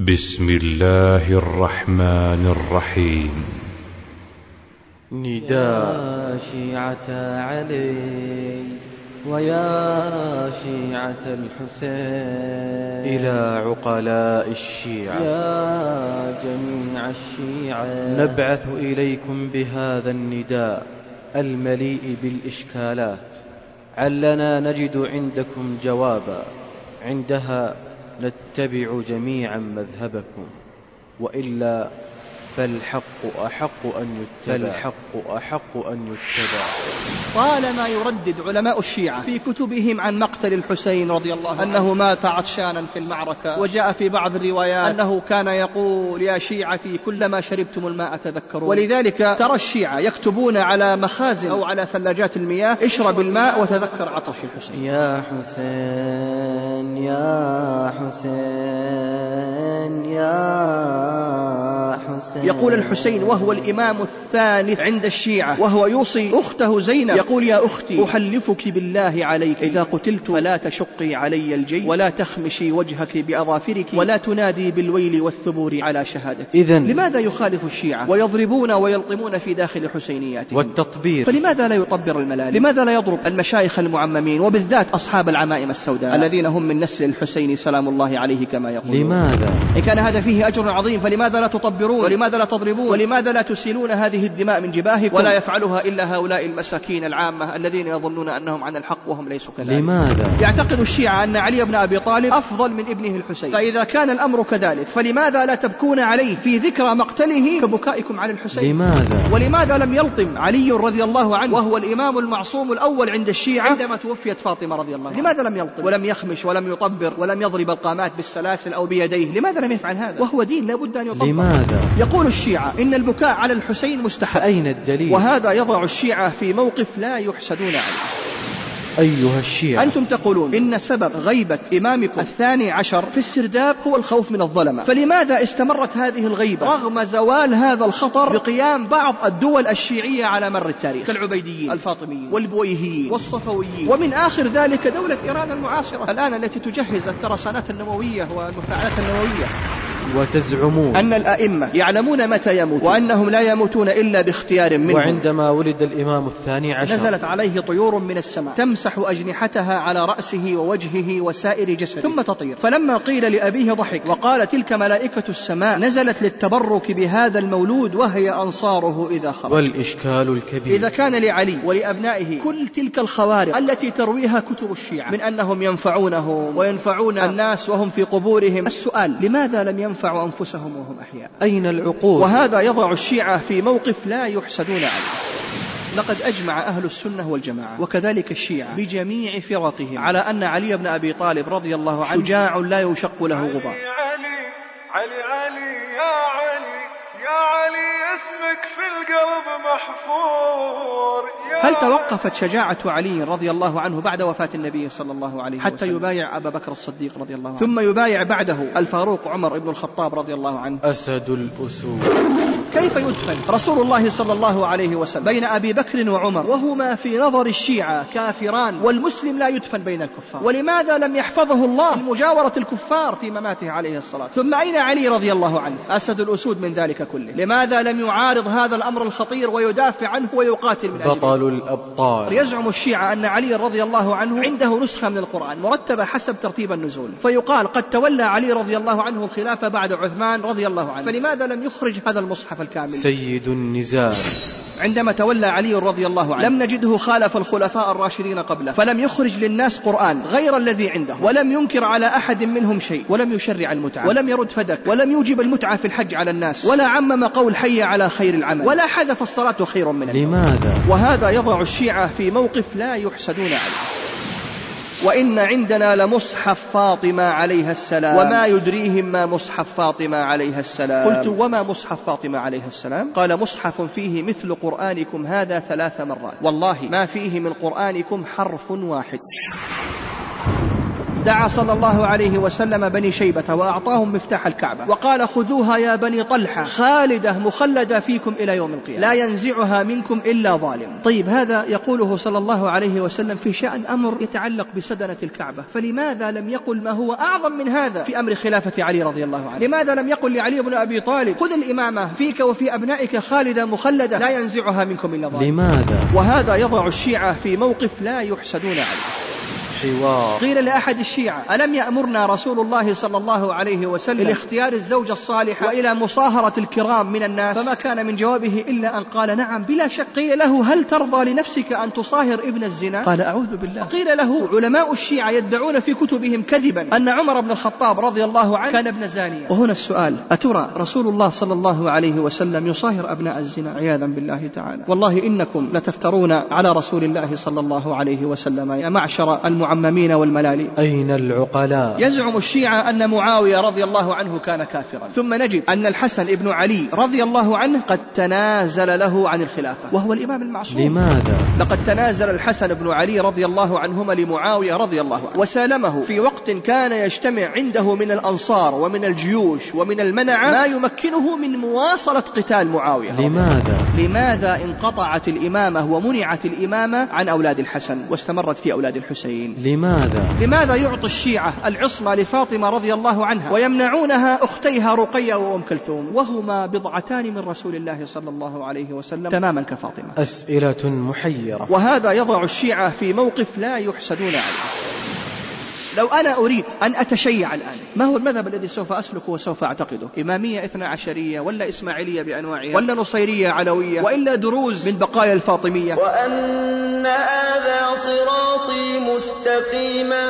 بسم الله الرحمن الرحيم. نداء شيعة علي ويا شيعة الحسين إلى عقلاء الشيعة يا جميع الشيعة، نبعث إليكم بهذا النداء المليء بالإشكالات علنا نجد عندكم جوابا، عندها نتبع جميعا مذهبكم، وإلا فالحق أحق أن يتبع. طالما يردد علماء الشيعة في كتبهم عن مقتل الحسين رضي الله عنه أنه مات عطشانا في المعركة، وجاء في بعض الروايات أنه كان يقول يا شيعتي كلما شربتم الماء تذكرون. ولذلك ترى الشيعة يكتبون على مخازن أو على ثلاجات المياه اشرب الماء وتذكر عطش الحسين. يا حسين يا حسين يا حسين. يقول الحسين وهو الإمام الثالث عند الشيعة، وهو يوصي أخته زينب يقول يا أختي أحلفك بالله عليك إذا قتلت فلا تشقي علي الجيب ولا تخمشي وجهك بأظافرك ولا تنادي بالويل والثبور على شهادتي. إذن لماذا يخالف الشيعة ويضربون ويلطمون في داخل حسينياتهم؟ والتطبير، فلماذا لا يطبر الملالي؟ لماذا لا يضرب المشايخ المعممين وبالذات أصحاب العمائم السوداء الذين هم من نسل الحسين سلام الله عليه كما يقولون؟ لماذا؟ إن كان هذا فيه أجر عظيم فلماذا لا تطبرون؟ ولماذا لا تضربون؟ ولماذا لا تسيلون هذه الدماء من جباهكم؟ ولا يفعلها إلا هؤلاء المساكين العامة الذين يظنون أنهم عن الحق وهم ليسوا كذلك. لماذا؟ يعتقد الشيعة أن علي بن أبي طالب أفضل من ابنه الحسين، فإذا كان الأمر كذلك فلماذا لا تبكون عليه في ذكرى مقتله كبكائكم على الحسين؟ لماذا؟ ولماذا لم يلطم علي رضي الله عنه وهو الإمام المعصوم الأول عند الشيعة عندما توفيت فاطمة رضي الله عنها؟ لماذا لم يلطم ولم يخمش ولم يطبر ولم يضرب القامات بالسلاسل أو بيديه؟ لماذا لم يفعل هذا وهو دين لا بد أن يطبق؟ لماذا؟ يقول الشيعة إن البكاء على الحسين مستحب. فأين الدليل؟ وهذا يضع الشيعة في موقف لا يحسدون عليه. أيها الشيعة، أنتم تقولون إن سبب غيبة إمامكم الثاني عشر في السرداب هو الخوف من الظلمة، فلماذا استمرت هذه الغيبة رغم زوال هذا الخطر بقيام بعض الدول الشيعية على مر التاريخ كالعبيديين الفاطميين والبويهيين والصفويين، ومن آخر ذلك دولة إيران المعاصرة الآن التي تجهز الترسانات النووية والمفاعلات النووية، وتزعمون أن الأئمة يعلمون متى يموت وأنهم لا يموتون إلا باختيار منهم. وعندما ولد الإمام الثاني عشر نزلت عليه طيور من السماء تمسح أجنحتها على رأسه ووجهه وسائر جسده ثم تطير، فلما قيل لأبيه ضحك وقال تلك ملائكة السماء نزلت للتبرك بهذا المولود وهي أنصاره إذا خرج. والإشكال الكبير إذا كان لعلي ولأبنائه كل تلك الخوارق التي ترويها كتب الشيعة من أنهم ينفعونهم وينفعون الناس وهم في قبورهم، السؤال لماذا لم ينفعوا أنفسهم وهم أحياء؟ أين العقول؟ وهذا يضع الشيعة في موقف لا يحسدون عليه. لقد أجمع أهل السنة والجماعة وكذلك الشيعة بجميع فرقهم على أن علي بن أبي طالب رضي الله عنه شجاع لا يشق له غبار. علي علي علي يا علي يا علي اسمك في القلب محفور. هل توقفت شجاعة علي رضي الله عنه بعد وفاة النبي صلى الله عليه وسلم حتى يبايع أبا بكر الصديق رضي الله عنه ثم يبايع بعده الفاروق عمر بن الخطاب رضي الله عنه؟ أسد الأسود. كيف يدفن رسول الله صلى الله عليه وسلم بين أبي بكر وعمر وهما في نظر الشيعة كافران، والمسلم لا يدفن بين الكفار؟ ولماذا لم يحفظه الله من مجاورة الكفار في مماته عليه الصلاة؟ ثم أين علي رضي الله عنه أسد الأسود من ذلك كله؟ لماذا لم يعارض هذا الأمر الخطير ويدافع عنه ويقاتل من أجله؟ بطل الأبطال. يزعم الشيعة أن علي رضي الله عنه عنده نسخة من القرآن مرتبة حسب ترتيب النزول، فيقال قد تولى علي رضي الله عنه الخلافة بعد عثمان رضي الله عنه، فلماذا لم يخرج هذا المصحف الكامل؟ سيد النزار. عندما تولى علي رضي الله عنه لم نجده خالف الخلفاء الراشدين قبله، فلم يخرج للناس قرآن غير الذي عنده، ولم ينكر على أحد منهم شيء، ولم يشرع المتعة، ولم يرد فدك، ولم يوجب المتعة في الحج على الناس، ولا عمم قول حي على خير العمل، ولا حذف الصلاة خير من النوم. لماذا؟ وهذا يضع الشيعة في موقف لا يحسدون عليه. وإن عندنا لمصحف فاطمة عليها السلام وما يدريهم ما مصحف فاطمة عليها السلام. قلت وما مصحف فاطمة عليها السلام؟ قال مصحف فيه مثل قرآنكم هذا 3 مرات، والله ما فيه من قرآنكم حرف واحد. دعا صلى الله عليه وسلم بني شيبة وأعطاهم مفتاح الكعبة وقال خذوها يا بني طلحة خالدة مخلدة فيكم إلى يوم القيامة لا ينزعها منكم إلا ظالم. طيب هذا يقوله صلى الله عليه وسلم في شأن أمر يتعلق بسدنة الكعبة، فلماذا لم يقل ما هو أعظم من هذا في أمر خلافة علي رضي الله عنه؟ لماذا لم يقل لعلي بن أبي طالب خذ الإمامة فيك وفي أبنائك خالدة مخلدة لا ينزعها منكم إلا ظالم؟ لماذا؟ وهذا يضع الشيعة في موقف لا يحسدون عليه. حوار. قيل لأحد الشيعة ألم يأمرنا رسول الله صلى الله عليه وسلم لاختيار الزوجة الصالحة وإلى مصاهرة الكرام من الناس؟ فما كان من جوابه إلا أن قال نعم بلا شك. قيل له هل ترضى لنفسك أن تصاهر ابن الزنا؟ قال أعوذ بالله. قيل له علماء الشيعة يدعون في كتبهم كذبا أن عمر بن الخطاب رضي الله عنه كان ابن زانية. وهنا السؤال، أترى رسول الله صلى الله عليه وسلم يصاهر أبناء الزنا عياذا بالله تعالى؟ والله إنكم لتفترون على رسول الله صلى الله عليه وسلم يا معشر المعممين والملالي. أين العقلاء؟ يزعم الشيعة أن معاوية رضي الله عنه كان كافرا، ثم نجد أن الحسن ابن علي رضي الله عنه قد تنازل له عن الخلافة وهو الإمام المعصوم. لماذا؟ لقد تنازل الحسن بن علي رضي الله عنهما لمعاوية رضي الله عنه وسالمه في وقت كان يجتمع عنده من الأنصار ومن الجيوش ومن المنع ما يمكنه من مواصلة قتال معاوية. لماذا انقطعت الإمامة ومنعت الإمامة عن أولاد الحسن واستمرت في أولاد الحسين؟ لماذا يعطي الشيعة العصمة لفاطمة رضي الله عنها ويمنعونها أختيها رقية وأم كلثوم وهما بضعتان من رسول الله صلى الله عليه وسلم تماما كفاطمة؟ أسئلة محيرة. وهذا يضع الشيعة في موقف لا يحسدون عليه. لو أنا أريد أن أتشيع الآن، ما هو المذهب الذي سوف أسلكه وسوف أعتقده؟ إمامية 12 ولا إسماعيلية بأنواعها ولا نصيرية علوية وإلا دروز من بقايا الفاطمية؟ وأن هذا صراطي مستقيما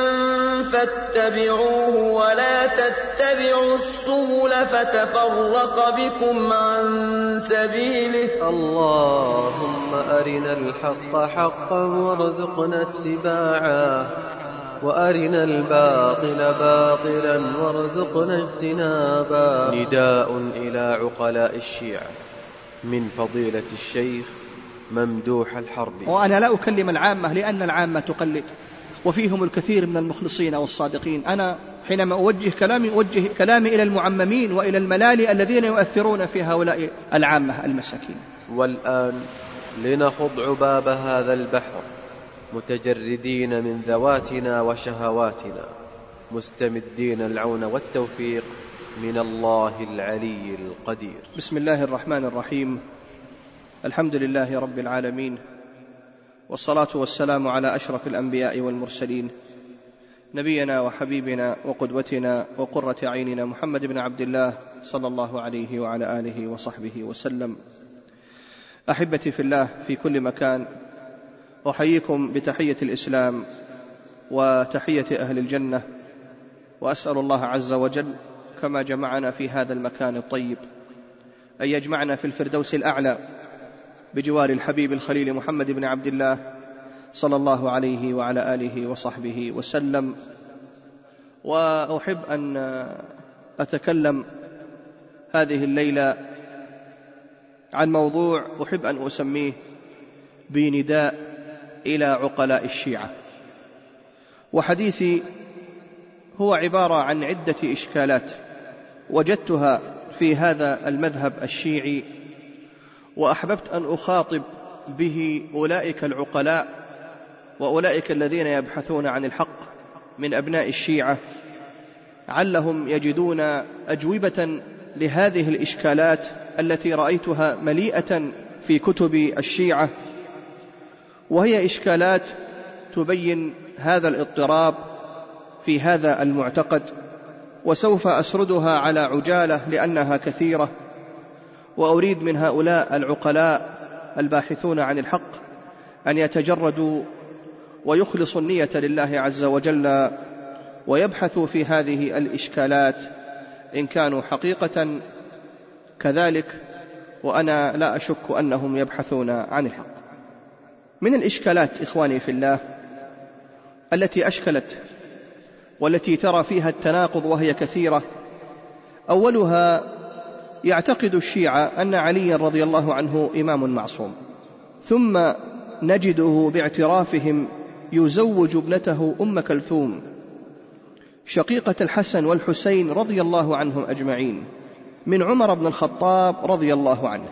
فاتبعوه ولا تتبعوا السبل فتفرق بكم عن سبيله. اللهم أرنا الحق حقا وارزقنا اتباعه وأرنا الباطل باطلا وارزقنا اجتنابا. نداء إلى عقلاء الشيعة من فضيلة الشيخ ممدوح الحربي. وأنا لا أكلم العامة لأن العامة تقلد وفيهم الكثير من المخلصين والصادقين. أنا حينما أوجه كلامي إلى المعممين وإلى الملالي الذين يؤثرون في هؤلاء العامة المساكين. والآن لنخض عباب هذا البحر متجردين من ذواتنا وشهواتنا مستمدين العون والتوفيق من الله العلي القدير. بسم الله الرحمن الرحيم. الحمد لله رب العالمين، والصلاة والسلام على أشرف الأنبياء والمرسلين، نبينا وحبيبنا وقدوتنا وقرة عيننا محمد بن عبد الله صلى الله عليه وعلى آله وصحبه وسلم. أحبتي في الله في كل مكان، أحييكم بتحية الإسلام وتحية أهل الجنة، وأسأل الله عز وجل كما جمعنا في هذا المكان الطيب أن يجمعنا في الفردوس الأعلى بجوار الحبيب الخليل محمد بن عبد الله صلى الله عليه وعلى آله وصحبه وسلم. وأحب أن أتكلم هذه الليلة عن موضوع أحب أن أسميه بنداء إلى عقلاء الشيعة. وحديثي هو عبارة عن عدة إشكالات وجدتها في هذا المذهب الشيعي، وأحببت أن أخاطب به أولئك العقلاء وأولئك الذين يبحثون عن الحق من أبناء الشيعة، علهم يجدون أجوبة لهذه الإشكالات التي رأيتها مليئة في كتب الشيعة، وهي إشكالات تبين هذا الاضطراب في هذا المعتقد، وسوف أسردها على عجالة لأنها كثيرة، وأريد من هؤلاء العقلاء الباحثون عن الحق أن يتجردوا ويخلصوا النية لله عز وجل ويبحثوا في هذه الإشكالات إن كانوا حقيقة كذلك، وأنا لا أشك أنهم يبحثون عن الحق. من الإشكالات إخواني في الله التي أشكلت والتي ترى فيها التناقض وهي كثيرة، أولها يعتقد الشيعة أن علي رضي الله عنه إمام معصوم، ثم نجده باعترافهم يزوج ابنته أم كلثوم شقيقة الحسن والحسين رضي الله عنهم أجمعين من عمر بن الخطاب رضي الله عنه.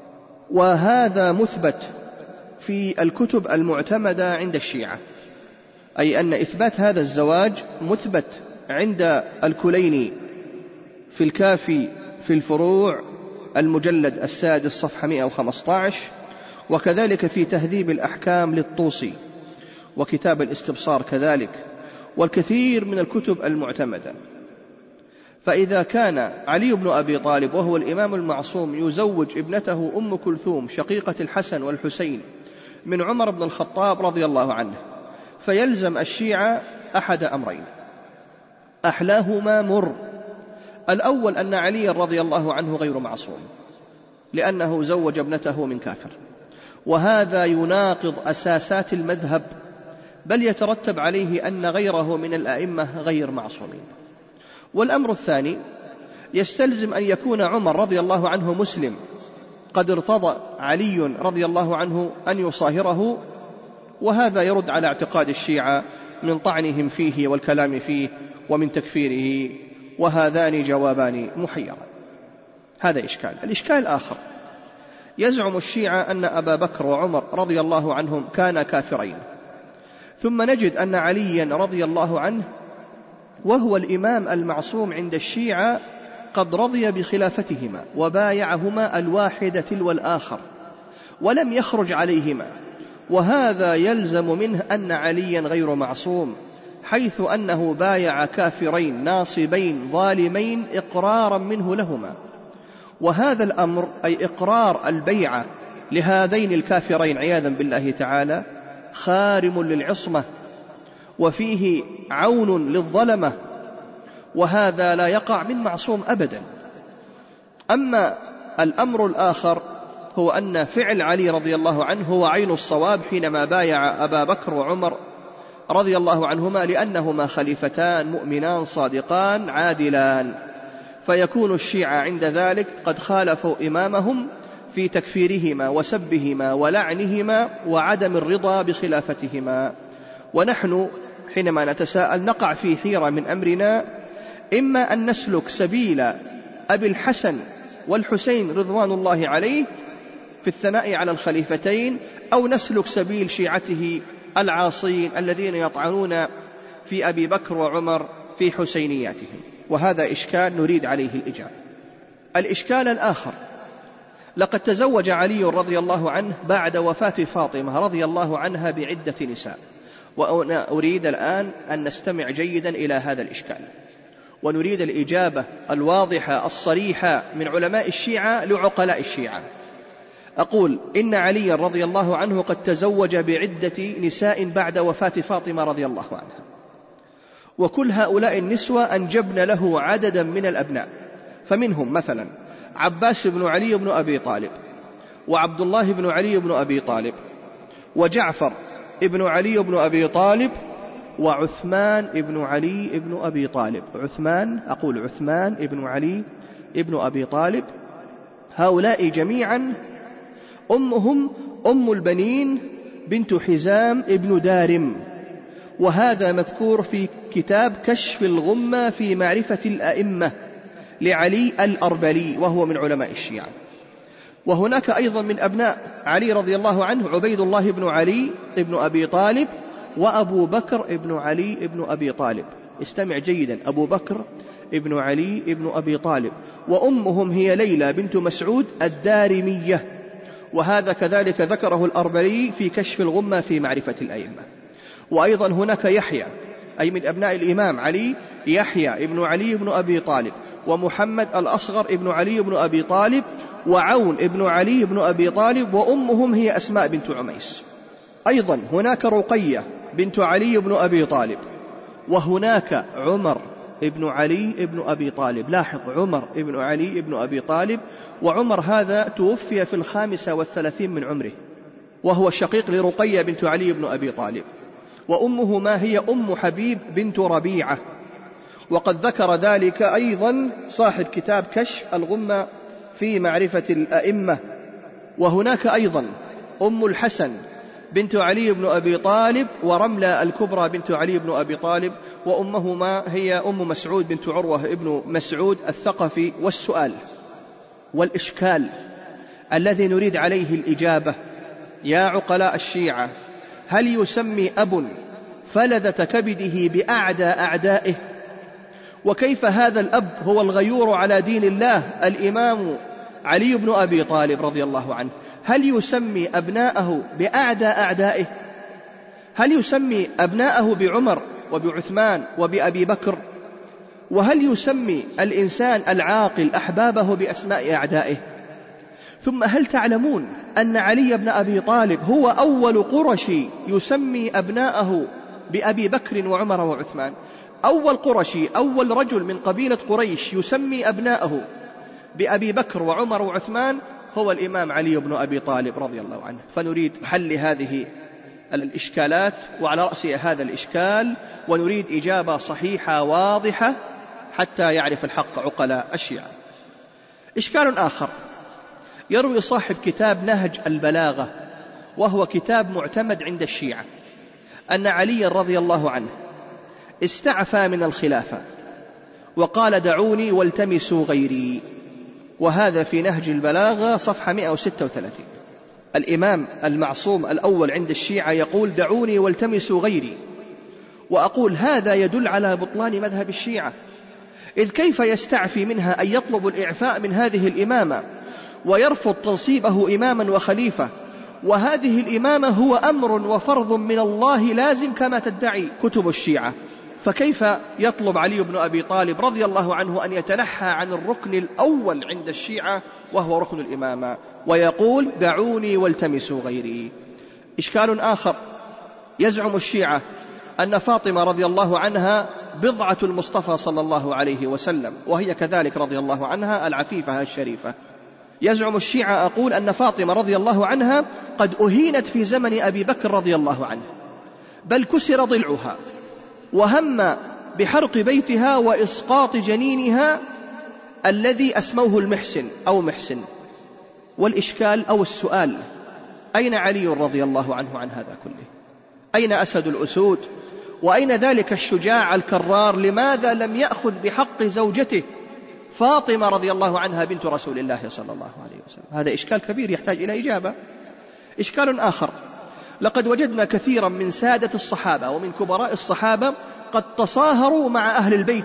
وهذا مثبت في الكتب المعتمدة عند الشيعة، أي أن إثبات هذا الزواج مثبت عند الكليني في الكافي في الفروع المجلد 6 صفحة 115، وكذلك في تهذيب الأحكام للطوسي وكتاب الاستبصار كذلك، والكثير من الكتب المعتمدة. فإذا كان علي بن أبي طالب وهو الإمام المعصوم يزوج ابنته أم كلثوم شقيقة الحسن والحسين من عمر بن الخطاب رضي الله عنه، فيلزم الشيعة أحد أمرين أحلاهما مر. الأول أن علي رضي الله عنه غير معصوم، لأنه زوج ابنته من كافر، وهذا يناقض أساسات المذهب، بل يترتب عليه أن غيره من الأئمة غير معصومين. والأمر الثاني يستلزم أن يكون عمر رضي الله عنه مسلم قد ارتضى علي رضي الله عنه أن يصاهره، وهذا يرد على اعتقاد الشيعة من طعنهم فيه والكلام فيه ومن تكفيره، وهذان جوابان محيران. هذا إشكال. الإشكال الآخر، يزعم الشيعة أن أبا بكر وعمر رضي الله عنهم كانا كافرين، ثم نجد أن عليا رضي الله عنه وهو الإمام المعصوم عند الشيعة قد رضي بخلافتهما وبايعهما الواحد تلو الآخر ولم يخرج عليهما، وهذا يلزم منه أن عليا غير معصوم، حيث أنه بايع كافرين ناصبين ظالمين إقرارا منه لهما. وهذا الأمر أي إقرار البيعة لهذين الكافرين عياذا بالله تعالى خارم للعصمة، وفيه عون للظلمة، وهذا لا يقع من معصوم أبدا. أما الأمر الآخر هو أن فعل علي رضي الله عنه هو عين الصواب حينما بايع أبا بكر وعمر رضي الله عنهما، لأنهما خليفتان مؤمنان صادقان عادلان، فيكون الشيعة عند ذلك قد خالفوا إمامهم في تكفيرهما وسبهما ولعنهما وعدم الرضا بخلافتهما. ونحن حينما نتساءل نقع في حيرة من أمرنا، إما أن نسلك سبيل أبي الحسن والحسين رضوان الله عليه في الثناء على الخليفتين، أو نسلك سبيل شيعته العاصين الذين يطعنون في أبي بكر وعمر في حسينياتهم. وهذا إشكال نريد عليه الإجابة. الإشكال الآخر، لقد تزوج علي رضي الله عنه بعد وفاة فاطمة رضي الله عنها بعدة نساء، وأنا أريد الآن أن نستمع جيدا إلى هذا الإشكال، ونريد الإجابة الواضحة الصريحة من علماء الشيعة لعقلاء الشيعة. أقول إن علي رضي الله عنه قد تزوج بعدة نساء بعد وفاة فاطمة رضي الله عنها، وكل هؤلاء النسوة أنجبن له عددا من الأبناء، فمنهم مثلا عباس بن علي بن أبي طالب، وعبد الله بن علي بن أبي طالب، وجعفر ابن علي بن أبي طالب، وعثمان ابن علي ابن أبي طالب. عثمان ابن علي ابن أبي طالب، هؤلاء جميعا أمهم أم البنين بنت حزام ابن دارم، وهذا مذكور في كتاب كشف الغمة في معرفة الأئمة لعلي الأربلي، وهو من علماء الشيعة. وهناك أيضا من أبناء علي رضي الله عنه عبيد الله بن علي ابن أبي طالب، وأبو بكر ابن علي ابن أبي طالب. استمع جيدا، أبو بكر ابن علي ابن أبي طالب، وأمهم هي ليلى بنت مسعود الدارمية، وهذا كذلك ذكره الأربلي في كشف الغمة في معرفة الأئمة. وأيضا هناك يحيى، أي من أبناء الإمام علي، يحيى ابن علي ابن أبي طالب، ومحمد الأصغر ابن علي ابن أبي طالب، وعون ابن علي ابن أبي طالب، وأمهم هي أسماء بنت عميس. أيضا هناك رقية بنت علي ابن أبي طالب، وهناك عمر ابن علي ابن أبي طالب. لاحظ، عمر ابن علي ابن أبي طالب، وعمر هذا توفي في 35 من عمره، وهو شقيق لرقية بنت علي ابن أبي طالب، وأمه ما هي أم حبيب بنت ربيعة، وقد ذكر ذلك أيضا صاحب كتاب كشف الغمة في معرفة الأئمة. وهناك أيضا أم الحسن بنت علي بن أبي طالب، ورملة الكبرى بنت علي بن أبي طالب، وأمهما هي أم مسعود بنت عروة ابن مسعود الثقفي. والسؤال والإشكال الذي نريد عليه الإجابة يا عقلاء الشيعة: هل يسمي أب فلذة كبده بأعدى أعدائه؟ وكيف هذا الأب هو الغيور على دين الله الإمام علي بن أبي طالب رضي الله عنه، هل يسمي أبناءه بأعدى أعدائه؟ هل يسمي أبناءه بعمر وبعثمان وبأبي بكر؟ وهل يسمي الإنسان العاقل أحبابه بأسماء أعدائه؟ ثم هل تعلمون أن علي بن أبي طالب هو أول قرشي يسمي أبناءه بأبي بكر وعمر وعثمان؟ أول قرشي، أول رجل من قبيلة قريش يسمي أبناءه بأبي بكر وعمر وعثمان هو الإمام علي بن أبي طالب رضي الله عنه. فنريد حل هذه الإشكالات، وعلى رأس هذا الإشكال ونريد إجابة صحيحة واضحة حتى يعرف الحق عقلاء الشيعة. إشكال آخر: يروي صاحب كتاب نهج البلاغة، وهو كتاب معتمد عند الشيعة، أن علي رضي الله عنه استعفى من الخلافة وقال: دعوني والتمسوا غيري، وهذا في نهج البلاغة صفحة 136. الإمام المعصوم الأول عند الشيعة يقول: دعوني والتمسوا غيري. وأقول هذا يدل على بطلان مذهب الشيعة، إذ كيف يستعفي منها أن يطلب الإعفاء من هذه الإمامة ويرفض تنصيبه إماما وخليفة، وهذه الإمامة هو أمر وفرض من الله لازم كما تدعي كتب الشيعة، فكيف يطلب علي بن أبي طالب رضي الله عنه أن يتنحى عن الركن الأول عند الشيعة وهو ركن الإمامة ويقول: دعوني والتمسوا غيري؟ إشكال آخر: يزعم الشيعة أن فاطمة رضي الله عنها بضعة المصطفى صلى الله عليه وسلم، وهي كذلك رضي الله عنها العفيفة الشريفة. يزعم الشيعة أقول أن فاطمة رضي الله عنها قد أهينت في زمن أبي بكر رضي الله عنه، بل كسر ضلعها وهم بحرق بيتها وإسقاط جنينها الذي أسموه المحسن أو محسن. والإشكال أو السؤال: أين علي رضي الله عنه عن هذا كله؟ أين أسد الأسود؟ وأين ذلك الشجاع الكرار؟ لماذا لم يأخذ بحق زوجته فاطمة رضي الله عنها بنت رسول الله صلى الله عليه وسلم؟ هذا إشكال كبير يحتاج إلى إجابة. إشكال آخر: لقد وجدنا كثيرا من سادة الصحابة ومن كبراء الصحابة قد تصاهروا مع أهل البيت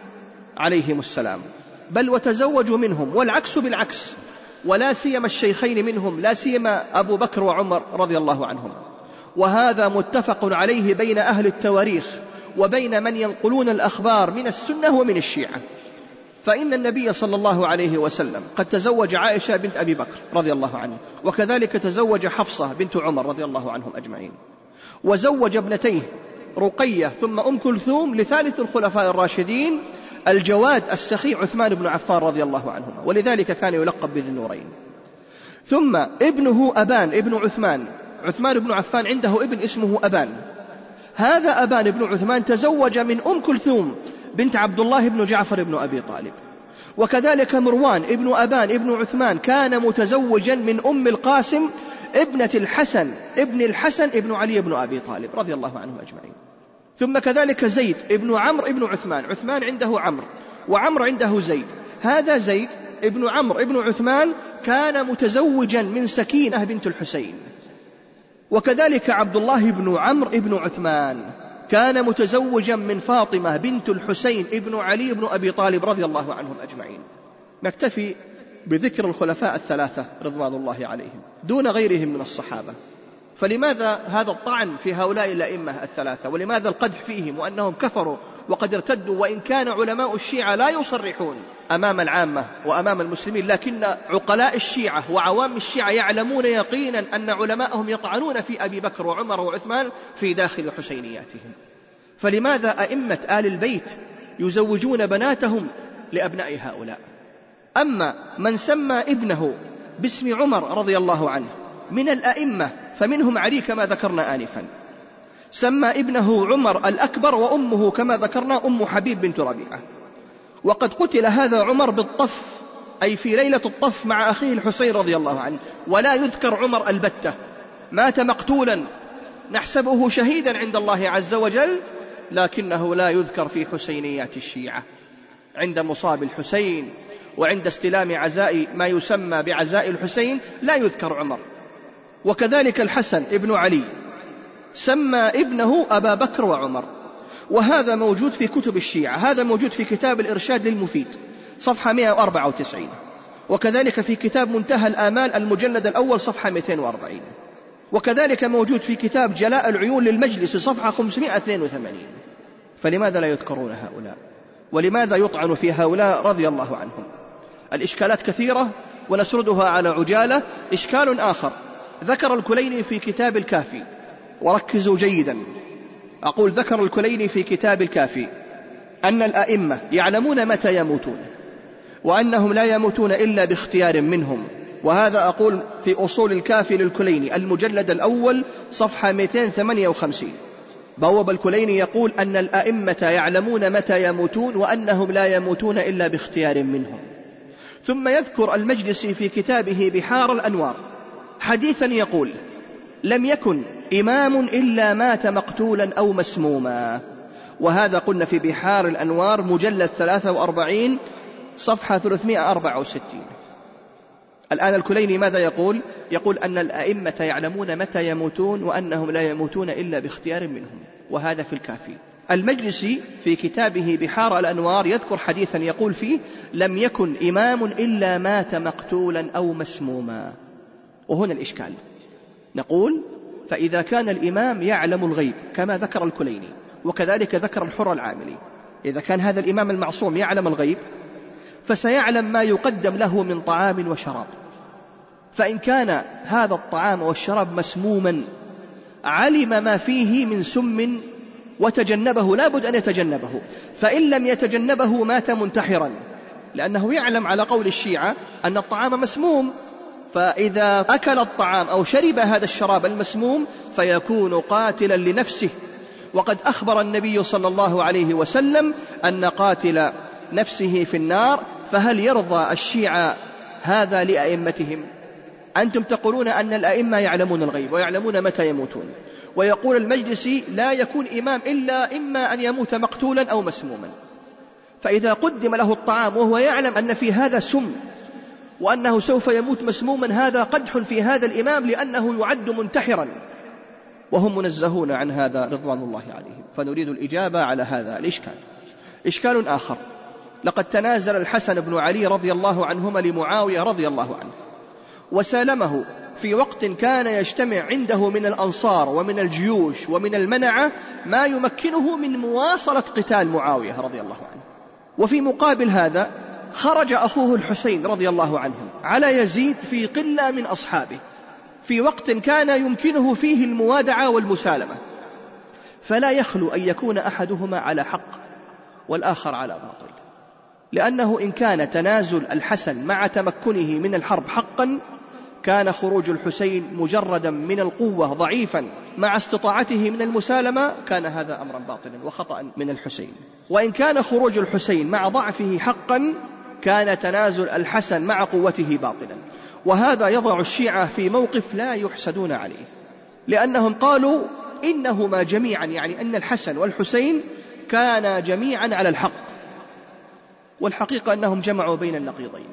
عليهم السلام، بل وتزوجوا منهم، والعكس بالعكس، ولا سيما الشيخين منهم، لا سيما أبو بكر وعمر رضي الله عنهم. وهذا متفق عليه بين أهل التواريخ وبين من ينقلون الأخبار من السنة ومن الشيعة. فإن النبي صلى الله عليه وسلم قد تزوج عائشة بنت أبي بكر رضي الله عنه، وكذلك تزوج حفصة بنت عمر رضي الله عنهم أجمعين، وزوج ابنتيه رقية ثم أم كلثوم لثالث الخلفاء الراشدين الجواد السخي عثمان بن عفان رضي الله عنهما، ولذلك كان يلقب بذي النورين. ثم ابنه أبان ابن عثمان بن عفان عنده ابن اسمه أبان. هذا أبان بن عثمان تزوج من أم كلثوم بنت عبد الله بن جعفر بن أبي طالب. وكذلك مروان ابن أبان ابن عثمان كان متزوجا من أم القاسم ابنة الحسن ابن علي بن أبي طالب رضي الله عنه أجمعين. ثم كذلك زيد ابن عمرو ابن عثمان عنده عمرو، وعمرو عنده زيد. هذا زيد ابن عمرو ابن عثمان كان متزوجا من سكينة بنت الحسين. وكذلك عبد الله بن عمرو ابن عثمان كان متزوجا من فاطمة بنت الحسين ابن علي بن أبي طالب رضي الله عنهم أجمعين. نكتفي بذكر الخلفاء الثلاثة رضوان الله عليهم دون غيرهم من الصحابة. فلماذا هذا الطعن في هؤلاء الأئمة الثلاثة؟ ولماذا القدح فيهم وأنهم كفروا وقد ارتدوا، وإن كان علماء الشيعة لا يصرحون أمام العامة وأمام المسلمين، لكن عقلاء الشيعة وعوام الشيعة يعلمون يقينا أن علماءهم يطعنون في أبي بكر وعمر وعثمان في داخل حسينياتهم. فلماذا أئمة آل البيت يزوجون بناتهم لأبناء هؤلاء؟ أما من سمى ابنه باسم عمر رضي الله عنه من الأئمة فمنهم علي كما ذكرنا آنفا، سمى ابنه عمر الأكبر، وأمه كما ذكرنا أم حبيب بنت ربيعة. وقد قتل هذا عمر بالطف، أي في ليلة الطف مع أخيه الحسين رضي الله عنه، ولا يذكر عمر البتة، مات مقتولا نحسبه شهيدا عند الله عز وجل، لكنه لا يذكر في حسينيات الشيعة. عند مصاب الحسين وعند استلام عزاء ما يسمى بعزاء الحسين لا يذكر عمر. وكذلك الحسن ابن علي سمى ابنه أبا بكر وعمر، وهذا موجود في كتب الشيعة. هذا موجود في كتاب الإرشاد للمفيد صفحة 194، وكذلك في كتاب منتهى الآمال المجلد الأول صفحة 240، وكذلك موجود في كتاب جلاء العيون للمجلس صفحة 582. فلماذا لا يذكرون هؤلاء؟ ولماذا يطعن في هؤلاء رضي الله عنهم؟ الإشكالات كثيرة ونسردها على عجالة. إشكال آخر ذكر الكليني في كتاب الكافي، وركزوا جيدا، أقول ذكر الكليني في كتاب الكافي أن الأئمة يعلمون متى يموتون، وأنهم لا يموتون إلا باختيار منهم. وهذا أقول في أصول الكافي للكليني المجلد الأول صفحة 258. بواب الكليني يقول أن الأئمة يعلمون متى يموتون وأنهم لا يموتون إلا باختيار منهم. ثم يذكر المجلسي في كتابه بحار الأنوار حديثا يقول: لم يكن إمام إلا مات مقتولا أو مسموما. وهذا قلنا في بحار الأنوار مجلد 43 صفحة 364. الآن الكليني ماذا يقول؟ يقول أن الأئمة يعلمون متى يموتون وأنهم لا يموتون إلا باختيار منهم، وهذا في الكافي. المجلسي في كتابه بحار الأنوار يذكر حديثا يقول فيه: لم يكن إمام إلا مات مقتولا أو مسموما. وهنا الإشكال، نقول فإذا كان الإمام يعلم الغيب كما ذكر الكليني وكذلك ذكر الحر العاملي، إذا كان هذا الإمام المعصوم يعلم الغيب فسيعلم ما يقدم له من طعام وشراب، فإن كان هذا الطعام والشراب مسموما علم ما فيه من سم وتجنبه، لا بد أن يتجنبه، فإن لم يتجنبه مات منتحرا، لأنه يعلم على قول الشيعة أن الطعام مسموم، فإذا أكل الطعام أو شرب هذا الشراب المسموم فيكون قاتلا لنفسه. وقد أخبر النبي صلى الله عليه وسلم أن قاتل نفسه في النار. فهل يرضى الشيعة هذا لأئمتهم؟ أنتم تقولون أن الأئمة يعلمون الغيب ويعلمون متى يموتون، ويقول المجلسي لا يكون إمام إلا إما أن يموت مقتولا أو مسموما. فإذا قدم له الطعام وهو يعلم أن في هذا سم وأنه سوف يموت مسموما، هذا قدح في هذا الإمام لأنه يعد منتحرا، وهم منزهون عن هذا رضوان الله عليهم. فنريد الإجابة على هذا الإشكال. إشكال آخر: لقد تنازل الحسن بن علي رضي الله عنهما لمعاوية رضي الله عنه، وسالمه في وقت كان يجتمع عنده من الأنصار ومن الجيوش ومن المنعة ما يمكنه من مواصلة قتال معاوية رضي الله عنه. وفي مقابل هذا خرج أخوه الحسين رضي الله عنه على يزيد في قلة من أصحابه في وقت كان يمكنه فيه الموادعة والمسالمة، فلا يخلو أن يكون أحدهما على حق والآخر على باطل، لأنه إن كان تنازل الحسن مع تمكنه من الحرب حقا كان خروج الحسين مجردا من القوة ضعيفا مع استطاعته من المسالمة، كان هذا أمرا باطلا وخطأ من الحسين. وإن كان خروج الحسين مع ضعفه حقا كان تنازل الحسن مع قوته باطلا. وهذا يضع الشيعة في موقف لا يحسدون عليه، لأنهم قالوا إنهما جميعا، يعني أن الحسن والحسين كانا جميعا على الحق، والحقيقة أنهم جمعوا بين النقيضين.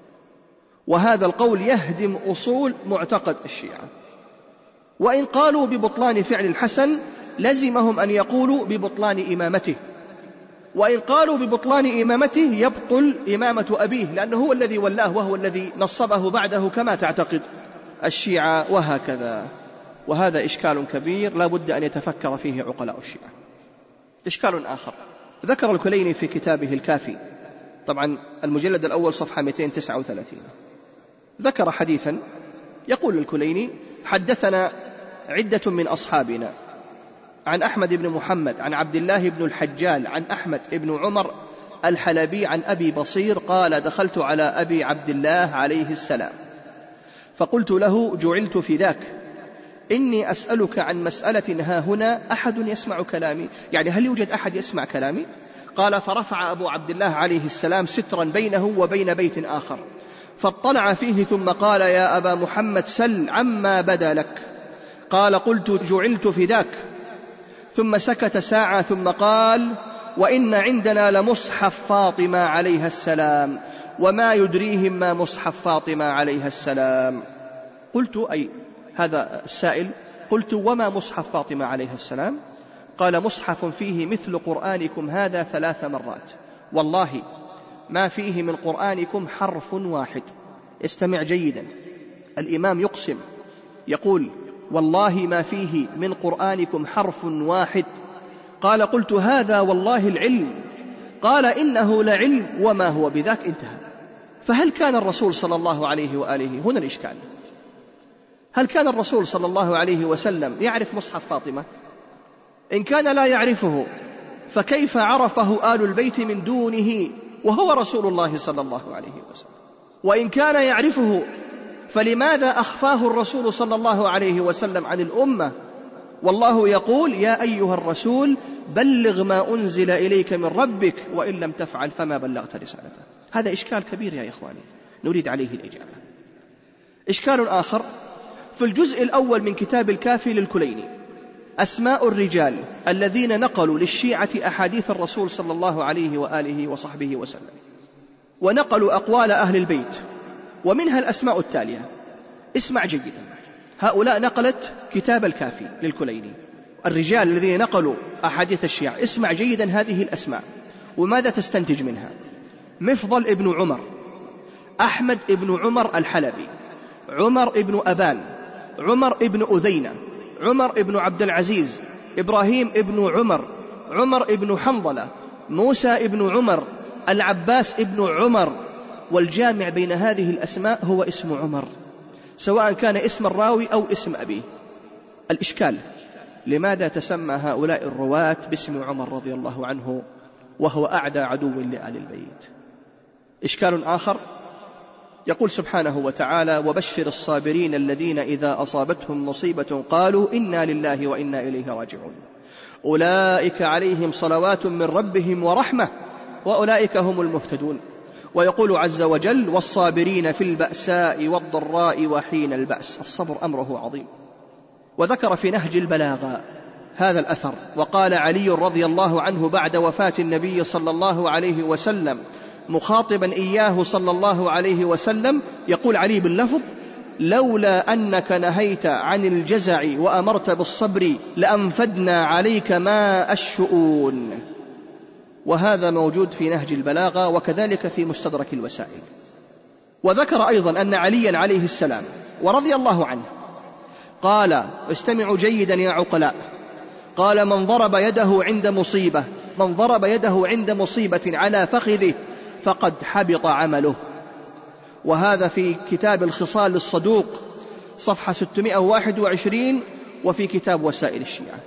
وهذا القول يهدم أصول معتقد الشيعة. وإن قالوا ببطلان فعل الحسن لزمهم أن يقولوا ببطلان إمامته، وإن قالوا ببطلان إمامته يبطل إمامة أبيه، لأنه هو الذي ولاه وهو الذي نصبه بعده كما تعتقد الشيعة، وهكذا. وهذا إشكال كبير لا بد أن يتفكر فيه عقلاء الشيعة. إشكال آخر ذكر الكليني في كتابه الكافي، طبعا المجلد الأول صفحة 239، ذكر حديثا يقول الكليني: حدثنا عدة من أصحابنا عن أحمد بن محمد عن عبد الله بن الحجال عن أحمد بن عمر الحلبي عن أبي بصير قال: دخلت على أبي عبد الله عليه السلام فقلت له: جعلت في ذاك، إني أسألك عن مسألة ها هنا أحد يسمع كلامي، يعني هل يوجد أحد يسمع كلامي؟ قال: فرفع أبو عبد الله عليه السلام سترا بينه وبين بيت آخر فاطلع فيه ثم قال: يا أبا محمد سل عما بدا لك. قال قلت جعلت فداك، ثم سكت ساعة ثم قال وإن عندنا لمصحف فاطمة عليها السلام وما يدريهم ما مصحف فاطمة عليها السلام. قلت أي هذا السائل، قلت وما مصحف فاطمة عليها السلام؟ قال مصحف فيه مثل قرآنكم هذا 3 مرات، والله ما فيه من قرآنكم حرف واحد. استمع جيدا، الإمام يقسم يقول والله ما فيه من قرآنكم حرف واحد. قال قلت هذا والله العلم. قال إنه لعلم وما هو بذاك، انتهى. فهل كان الرسول صلى الله عليه وآله، هنا الإشكال، هل كان الرسول صلى الله عليه وسلم يعرف مصحف فاطمة؟ إن كان لا يعرفه فكيف عرفه آل البيت من دونه وهو رسول الله صلى الله عليه وسلم؟ وإن كان يعرفه فلماذا أخفاه الرسول صلى الله عليه وسلم عن الأمة؟ والله يقول يا أيها الرسول بلغ ما أنزل إليك من ربك وإن لم تفعل فما بلغت رسالته. هذا إشكال كبير يا إخواني، نريد عليه الإجابة. إشكال آخر في الجزء الأول من كتاب الكافي للكليني، أسماء الرجال الذين نقلوا للشيعة أحاديث الرسول صلى الله عليه وآله وصحبه وسلم، ونقلوا أقوال أهل البيت، ومنها الأسماء التالية. اسمع جيدا، هؤلاء نقلت كتاب الكافي للكليني، الرجال الذين نقلوا أحاديث الشيعة. اسمع جيدا هذه الأسماء وماذا تستنتج منها. مفضل ابن عمر، أحمد ابن عمر الحلبي، عمر ابن أبان، عمر ابن أذينة، عمر ابن عبد العزيز، إبراهيم ابن عمر، عمر ابن حنظلة، موسى ابن عمر، العباس ابن عمر. والجامع بين هذه الأسماء هو اسم عمر، سواء كان اسم الراوي أو اسم أبيه. الإشكال لماذا تسمى هؤلاء الرواة باسم عمر رضي الله عنه وهو أعدى عدو لآل البيت؟ إشكال آخر، يقول سبحانه وتعالى وبشر الصابرين الذين إذا أصابتهم مصيبة قالوا إنا لله وإنا إليه راجعون أولئك عليهم صلوات من ربهم ورحمة وأولئك هم المهتدون. ويقول عز وجل والصابرين في البأساء والضراء وحين البأس. الصبر أمره عظيم. وذكر في نهج البلاغة هذا الأثر، وقال علي رضي الله عنه بعد وفاة النبي صلى الله عليه وسلم مخاطبا إياه صلى الله عليه وسلم، يقول علي باللفظ لولا أنك نهيت عن الجزع وأمرت بالصبر لأنفدنا عليك ماء الشؤون. وهذا موجود في نهج البلاغة وكذلك في مستدرك الوسائل. وذكر أيضا أن عليا عليه السلام ورضي الله عنه قال، استمعوا جيدا يا عقلاء، قال من ضرب يده عند مصيبة، من ضرب يده عند مصيبة على فخذه فقد حبط عمله. وهذا في كتاب الخصال الصدوق صفحة 621 وفي كتاب وسائل الشيعة.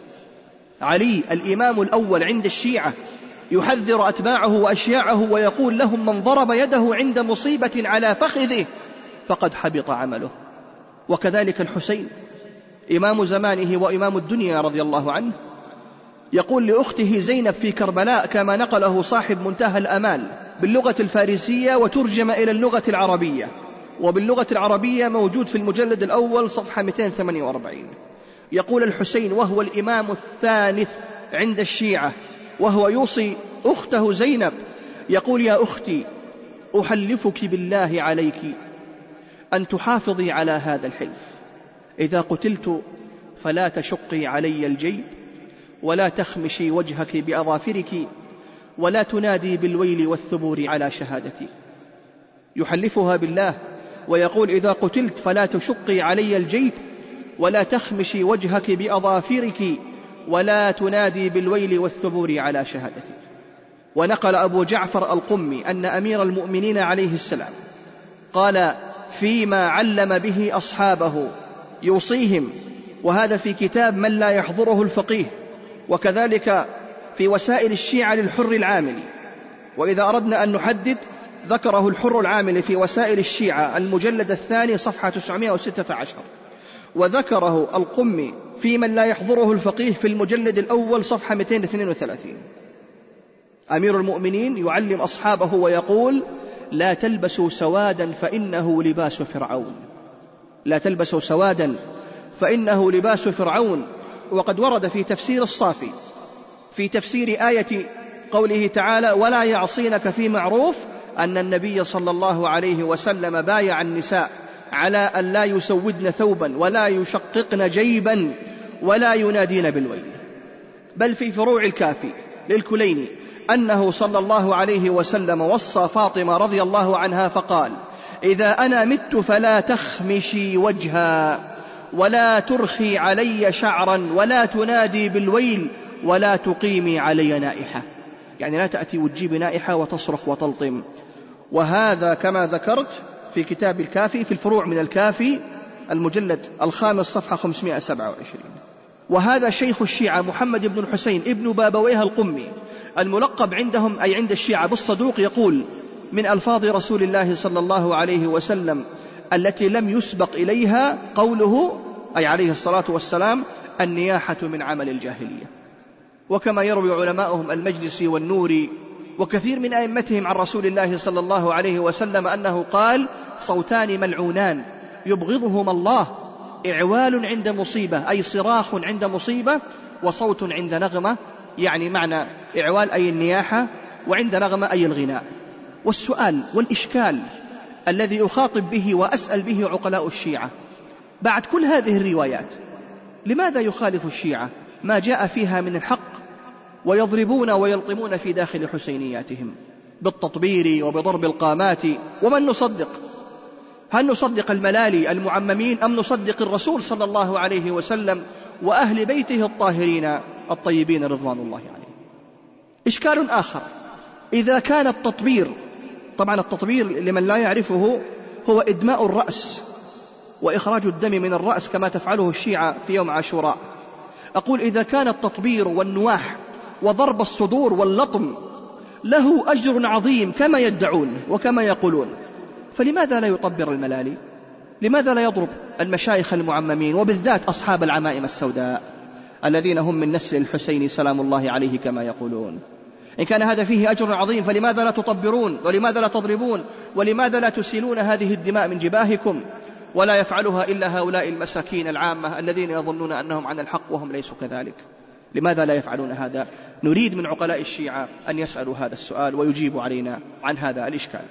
علي الإمام الأول عند الشيعة يحذر أتباعه وأشياعه ويقول لهم من ضرب يده عند مصيبة على فخذه فقد حبط عمله. وكذلك الحسين إمام زمانه وإمام الدنيا رضي الله عنه يقول لأخته زينب في كربلاء كما نقله صاحب منتهى الأمال باللغة الفارسية وترجم إلى اللغة العربية، وباللغة العربية موجود في المجلد الأول صفحة 248. يقول الحسين وهو الإمام الثالث عند الشيعة وهو يوصي أخته زينب، يقول يا أختي أحلفك بالله عليك أن تحافظي على هذا الحلف، إذا قتلت فلا تشقي علي الجيب ولا تخمشي وجهك بأظافرك ولا تنادي بالويل والثبور على شهادتي. يحلفها بالله ويقول إذا قتلت فلا تشقي علي الجيب ولا تخمشي وجهك بأظافرك ولا تنادي بالويل والثبور على شهادتي. ونقل أبو جعفر القمي أن أمير المؤمنين عليه السلام قال فيما علم به أصحابه يوصيهم، وهذا في كتاب من لا يحضره الفقيه، وكذلك في وسائل الشيعة للحر العاملي. وإذا أردنا أن نحدد ذكره الحر العاملي في وسائل الشيعة المجلد الثاني صفحة 916، وذكره القمي في من لا يحضره الفقيه في المجلد الأول صفحة 232. أمير المؤمنين يعلم أصحابه ويقول لا تلبسوا سوادا فإنه لباس فرعون، لا تلبسوا سوادا فإنه لباس فرعون. وقد ورد في تفسير الصافي في تفسير آية قوله تعالى ولا يعصينك في معروف أن النبي صلى الله عليه وسلم بايع النساء على أن لا يسودن ثوبا ولا يشققن جيبا ولا ينادين بالويل. بل في فروع الكافي للكليني أنه صلى الله عليه وسلم وصى فاطمة رضي الله عنها فقال إذا أنا مت فلا تخمشي وجها ولا ترخي علي شعرا ولا تنادي بالويل ولا تقيمي علي نائحة، يعني لا تأتي وتجيب نائحة وتصرخ وتلطم. وهذا كما ذكرت في كتاب الكافي في الفروع من الكافي المجلد 5 صفحة 527. وهذا شيخ الشيعة محمد بن الحسين ابن بابويه القمي الملقب عندهم أي عند الشيعة بالصدوق يقول من ألفاظ رسول الله صلى الله عليه وسلم التي لم يسبق إليها قوله أي عليه الصلاة والسلام النياحة من عمل الجاهلية. وكما يروي علماؤهم المجلسي والنوري وكثير من أئمتهم عن رسول الله صلى الله عليه وسلم أنه قال صوتان ملعونان يبغضهما الله إعوال عند مصيبة أي صراخ عند مصيبة وصوت عند نغمة، يعني معنى إعوال أي النياحة وعند نغمة أي الغناء. والسؤال والإشكال الذي أخاطب به وأسأل به عقلاء الشيعة بعد كل هذه الروايات لماذا يخالف الشيعة ما جاء فيها من الحق ويضربون ويلطمون في داخل حسينياتهم بالتطبير وبضرب القامات؟ ومن نصدق؟ هل نصدق الملالي المعممين أم نصدق الرسول صلى الله عليه وسلم وأهل بيته الطاهرين الطيبين رضوان الله عليه؟ إشكال آخر إذا كان التطبير، طبعا التطبير لمن لا يعرفه هو إدماء الرأس وإخراج الدم من الرأس كما تفعله الشيعة في يوم عاشوراء. أقول إذا كان التطبير والنواح وضرب الصدور واللطم له أجر عظيم كما يدعون وكما يقولون، فلماذا لا يطبر الملالي؟ لماذا لا يضرب المشايخ المعممين وبالذات أصحاب العمائم السوداء الذين هم من نسل الحسين سلام الله عليه كما يقولون؟ إن كان هذا فيه أجر عظيم فلماذا لا تطبرون ولماذا لا تضربون ولماذا لا تسيلون هذه الدماء من جباهكم؟ ولا يفعلها إلا هؤلاء المساكين العامة الذين يظنون أنهم عن الحق وهم ليسوا كذلك. لماذا لا يفعلون هذا؟ نريد من عقلاء الشيعة أن يسألوا هذا السؤال ويجيبوا علينا عن هذا الإشكال.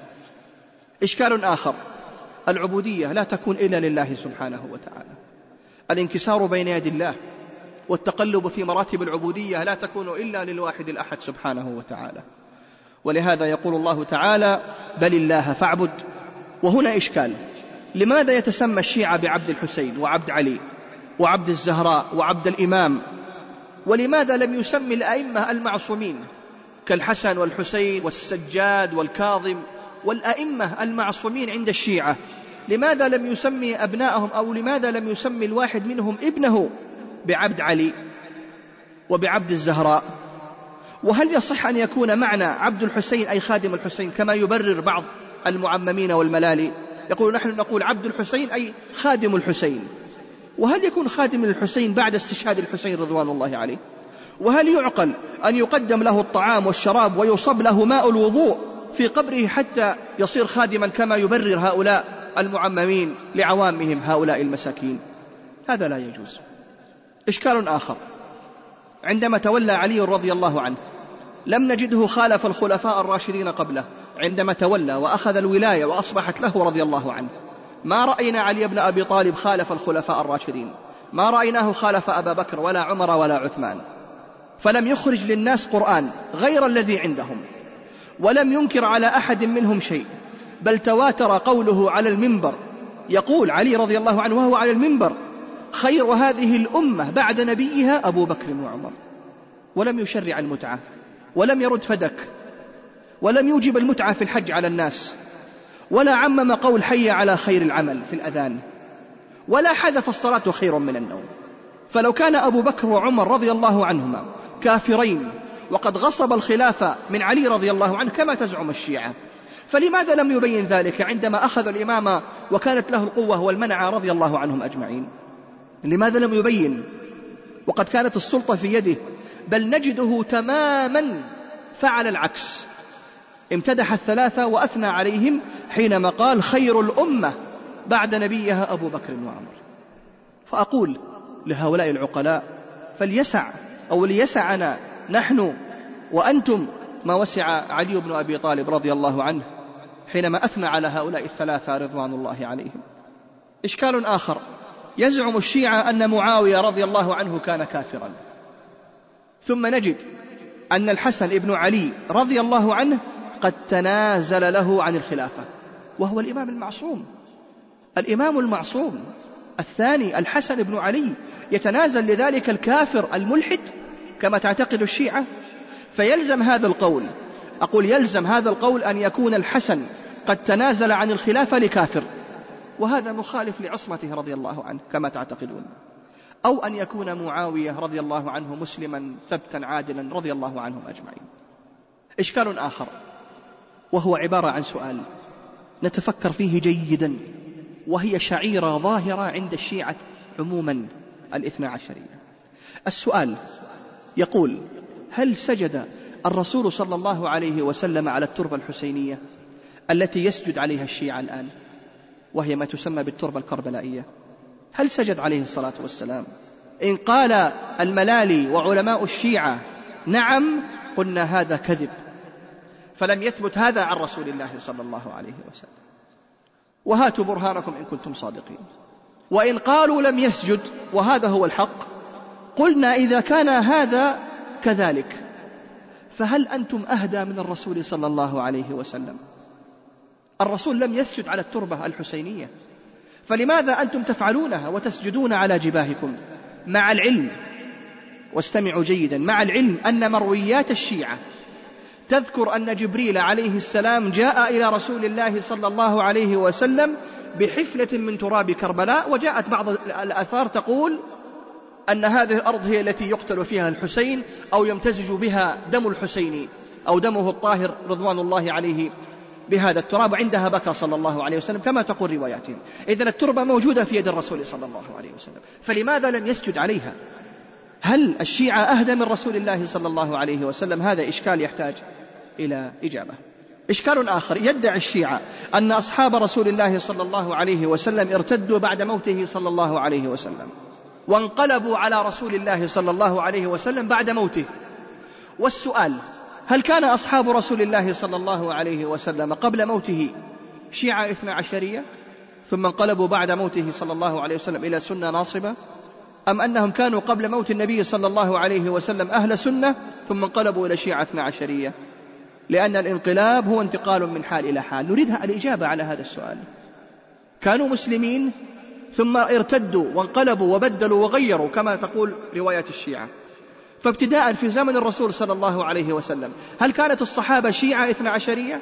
إشكال آخر العبودية لا تكون إلا لله سبحانه وتعالى. الانكسار بين يد الله والتقلب في مراتب العبودية لا تكون إلا للواحد الأحد سبحانه وتعالى. ولهذا يقول الله تعالى بل الله فاعبد. وهنا إشكال، لماذا يتسمى الشيعة بعبد الحسين وعبد علي وعبد الزهراء وعبد الإمام؟ ولماذا لم يسمي الأئمة المعصومين كالحسن والحسين والسجاد والكاظم والأئمة المعصومين عند الشيعة؟ لماذا لم يسمي أبنائهم أو لماذا لم يسمي الواحد منهم ابنه بعبد علي وبعبد الزهراء؟ وهل يصح أن يكون معنى عبد الحسين أي خادم الحسين كما يبرر بعض المعممين والملالي؟ يقول نحن نقول عبد الحسين أي خادم الحسين. وهل يكون خادم الحسين بعد استشهاد الحسين رضوان الله عليه؟ وهل يعقل أن يقدم له الطعام والشراب ويصب له ماء الوضوء في قبره حتى يصير خادما كما يبرر هؤلاء المعممين لعوامهم هؤلاء المساكين؟ هذا لا يجوز. إشكال آخر، عندما تولى علي رضي الله عنه لم نجده خالف الخلفاء الراشدين قبله. عندما تولى وأخذ الولاية وأصبحت له رضي الله عنه ما رأينا علي بن أبي طالب خالف الخلفاء الراشدين، ما رأيناه خالف أبا بكر ولا عمر ولا عثمان. فلم يخرج للناس قرآن غير الذي عندهم ولم ينكر على أحد منهم شيء، بل تواتر قوله على المنبر. يقول علي رضي الله عنه وهو على المنبر خير هذه الأمة بعد نبيها أبو بكر وعمر. ولم يشرع المتعة ولم يرد فدك ولم يوجب المتعة في الحج على الناس ولا عمم قول حي على خير العمل في الأذان ولا حذف الصلاة خير من النوم. فلو كان أبو بكر وعمر رضي الله عنهما كافرين وقد غصب الخلافة من علي رضي الله عنه كما تزعم الشيعة، فلماذا لم يبين ذلك عندما أخذ الإمامة وكانت له القوة والمنع رضي الله عنهم أجمعين؟ لماذا لم يبين وقد كانت السلطة في يده؟ بل نجده تماما فعل العكس، امتدح الثلاثة وأثنى عليهم حينما قال خير الأمة بعد نبيها أبو بكر وعمر. فأقول لهؤلاء العقلاء فليسع أو ليسعنا نحن وأنتم ما وسع علي بن أبي طالب رضي الله عنه حينما أثنى على هؤلاء الثلاثة رضوان الله عليهم. إشكال آخر: يزعم الشيعة أن معاوية رضي الله عنه كان كافرا، ثم نجد أن الحسن بن علي رضي الله عنه قد تنازل له عن الخلافة، وهو الإمام المعصوم، الإمام المعصوم الثاني الحسن بن علي يتنازل لذلك الكافر الملحد كما تعتقد الشيعة؟ فيلزم هذا القول، أقول يلزم هذا القول أن يكون الحسن قد تنازل عن الخلافة لكافر، وهذا مخالف لعصمته رضي الله عنه كما تعتقدون، أو أن يكون معاوية رضي الله عنه مسلما ثبتا عادلا رضي الله عنهم أجمعين. إشكال آخر وهو عبارة عن سؤال نتفكر فيه جيدا، وهي شعيرة ظاهرة عند الشيعة عموما الاثنى عشرية. السؤال يقول: هل سجد الرسول صلى الله عليه وسلم على التربة الحسينية التي يسجد عليها الشيعة الآن، وهي ما تسمى بالتربة الكربلائية؟ هل سجد عليه الصلاة والسلام؟ إن قال الملالي وعلماء الشيعة نعم قلنا هذا كذب، فلم يثبت هذا عن رسول الله صلى الله عليه وسلم، وهاتوا برهانكم إن كنتم صادقين. وإن قالوا لم يسجد وهذا هو الحق، قلنا إذا كان هذا كذلك فهل أنتم أهدى من الرسول صلى الله عليه وسلم؟ الرسول لم يسجد على التربة الحسينية، فلماذا أنتم تفعلونها وتسجدون على جباهكم؟ مع العلم، واستمعوا جيدا، مع العلم أن مرويات الشيعة تذكر أن جبريل عليه السلام جاء إلى رسول الله صلى الله عليه وسلم بحفلة من تراب كربلاء، وجاءت بعض الآثار تقول أن هذه الأرض هي التي يقتل فيها الحسين أو يمتزج بها دم الحسين أو دمه الطاهر رضوان الله عليه بهذا التراب، وعندها بكى صلى الله عليه وسلم كما تقول رواياتهم. إذن التربة موجودة في يد الرسول صلى الله عليه وسلم، فلماذا لم يسجد عليها؟ هل الشيعة أهدى من رسول الله صلى الله عليه وسلم؟ هذا إشكال يحتاج إلى إجابة. إشكال آخر: يدعي الشيعة أن أصحاب رسول الله صلى الله عليه وسلم ارتدوا بعد موته صلى الله عليه وسلم وانقلبوا على رسول الله صلى الله عليه وسلم بعد موته. والسؤال: هل كان أصحاب رسول الله صلى الله عليه وسلم قبل موته شيعة اثنا عشرية ثم انقلبوا بعد موته صلى الله عليه وسلم إلى سنة ناصبة، أم أنهم كانوا قبل موت النبي صلى الله عليه وسلم أهل سنة ثم انقلبوا إلى شيعة اثنا عشرية؟ لأن الانقلاب هو انتقال من حال إلى حال. نريدها الإجابة على هذا السؤال. كانوا مسلمين ثم ارتدوا وانقلبوا وبدلوا وغيروا كما تقول روايات الشيعة، فابتداء في زمن الرسول صلى الله عليه وسلم هل كانت الصحابة شيعة اثنا عشرية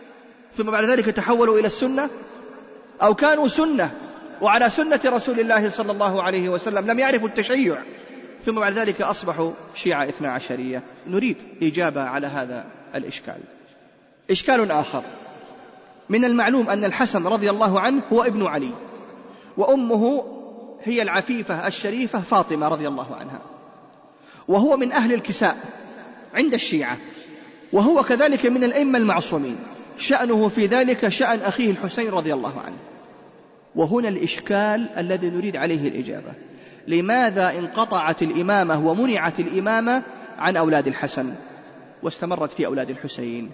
ثم بعد ذلك تحولوا إلى السنة، أو كانوا سنة وعلى سنة رسول الله صلى الله عليه وسلم لم يعرفوا التشيع ثم بعد ذلك أصبحوا شيعة اثنا عشرية؟ نريد إجابة على هذا الإشكال. إشكال آخر: من المعلوم أن الحسن رضي الله عنه هو ابن علي، وأمه هي العفيفة الشريفة فاطمة رضي الله عنها، وهو من أهل الكساء عند الشيعة، وهو كذلك من الأئمة المعصومين، شأنه في ذلك شأن أخيه الحسين رضي الله عنه. وهنا الإشكال الذي نريد عليه الإجابة: لماذا انقطعت الإمامة ومنعت الإمامة عن أولاد الحسن واستمرت في أولاد الحسين؟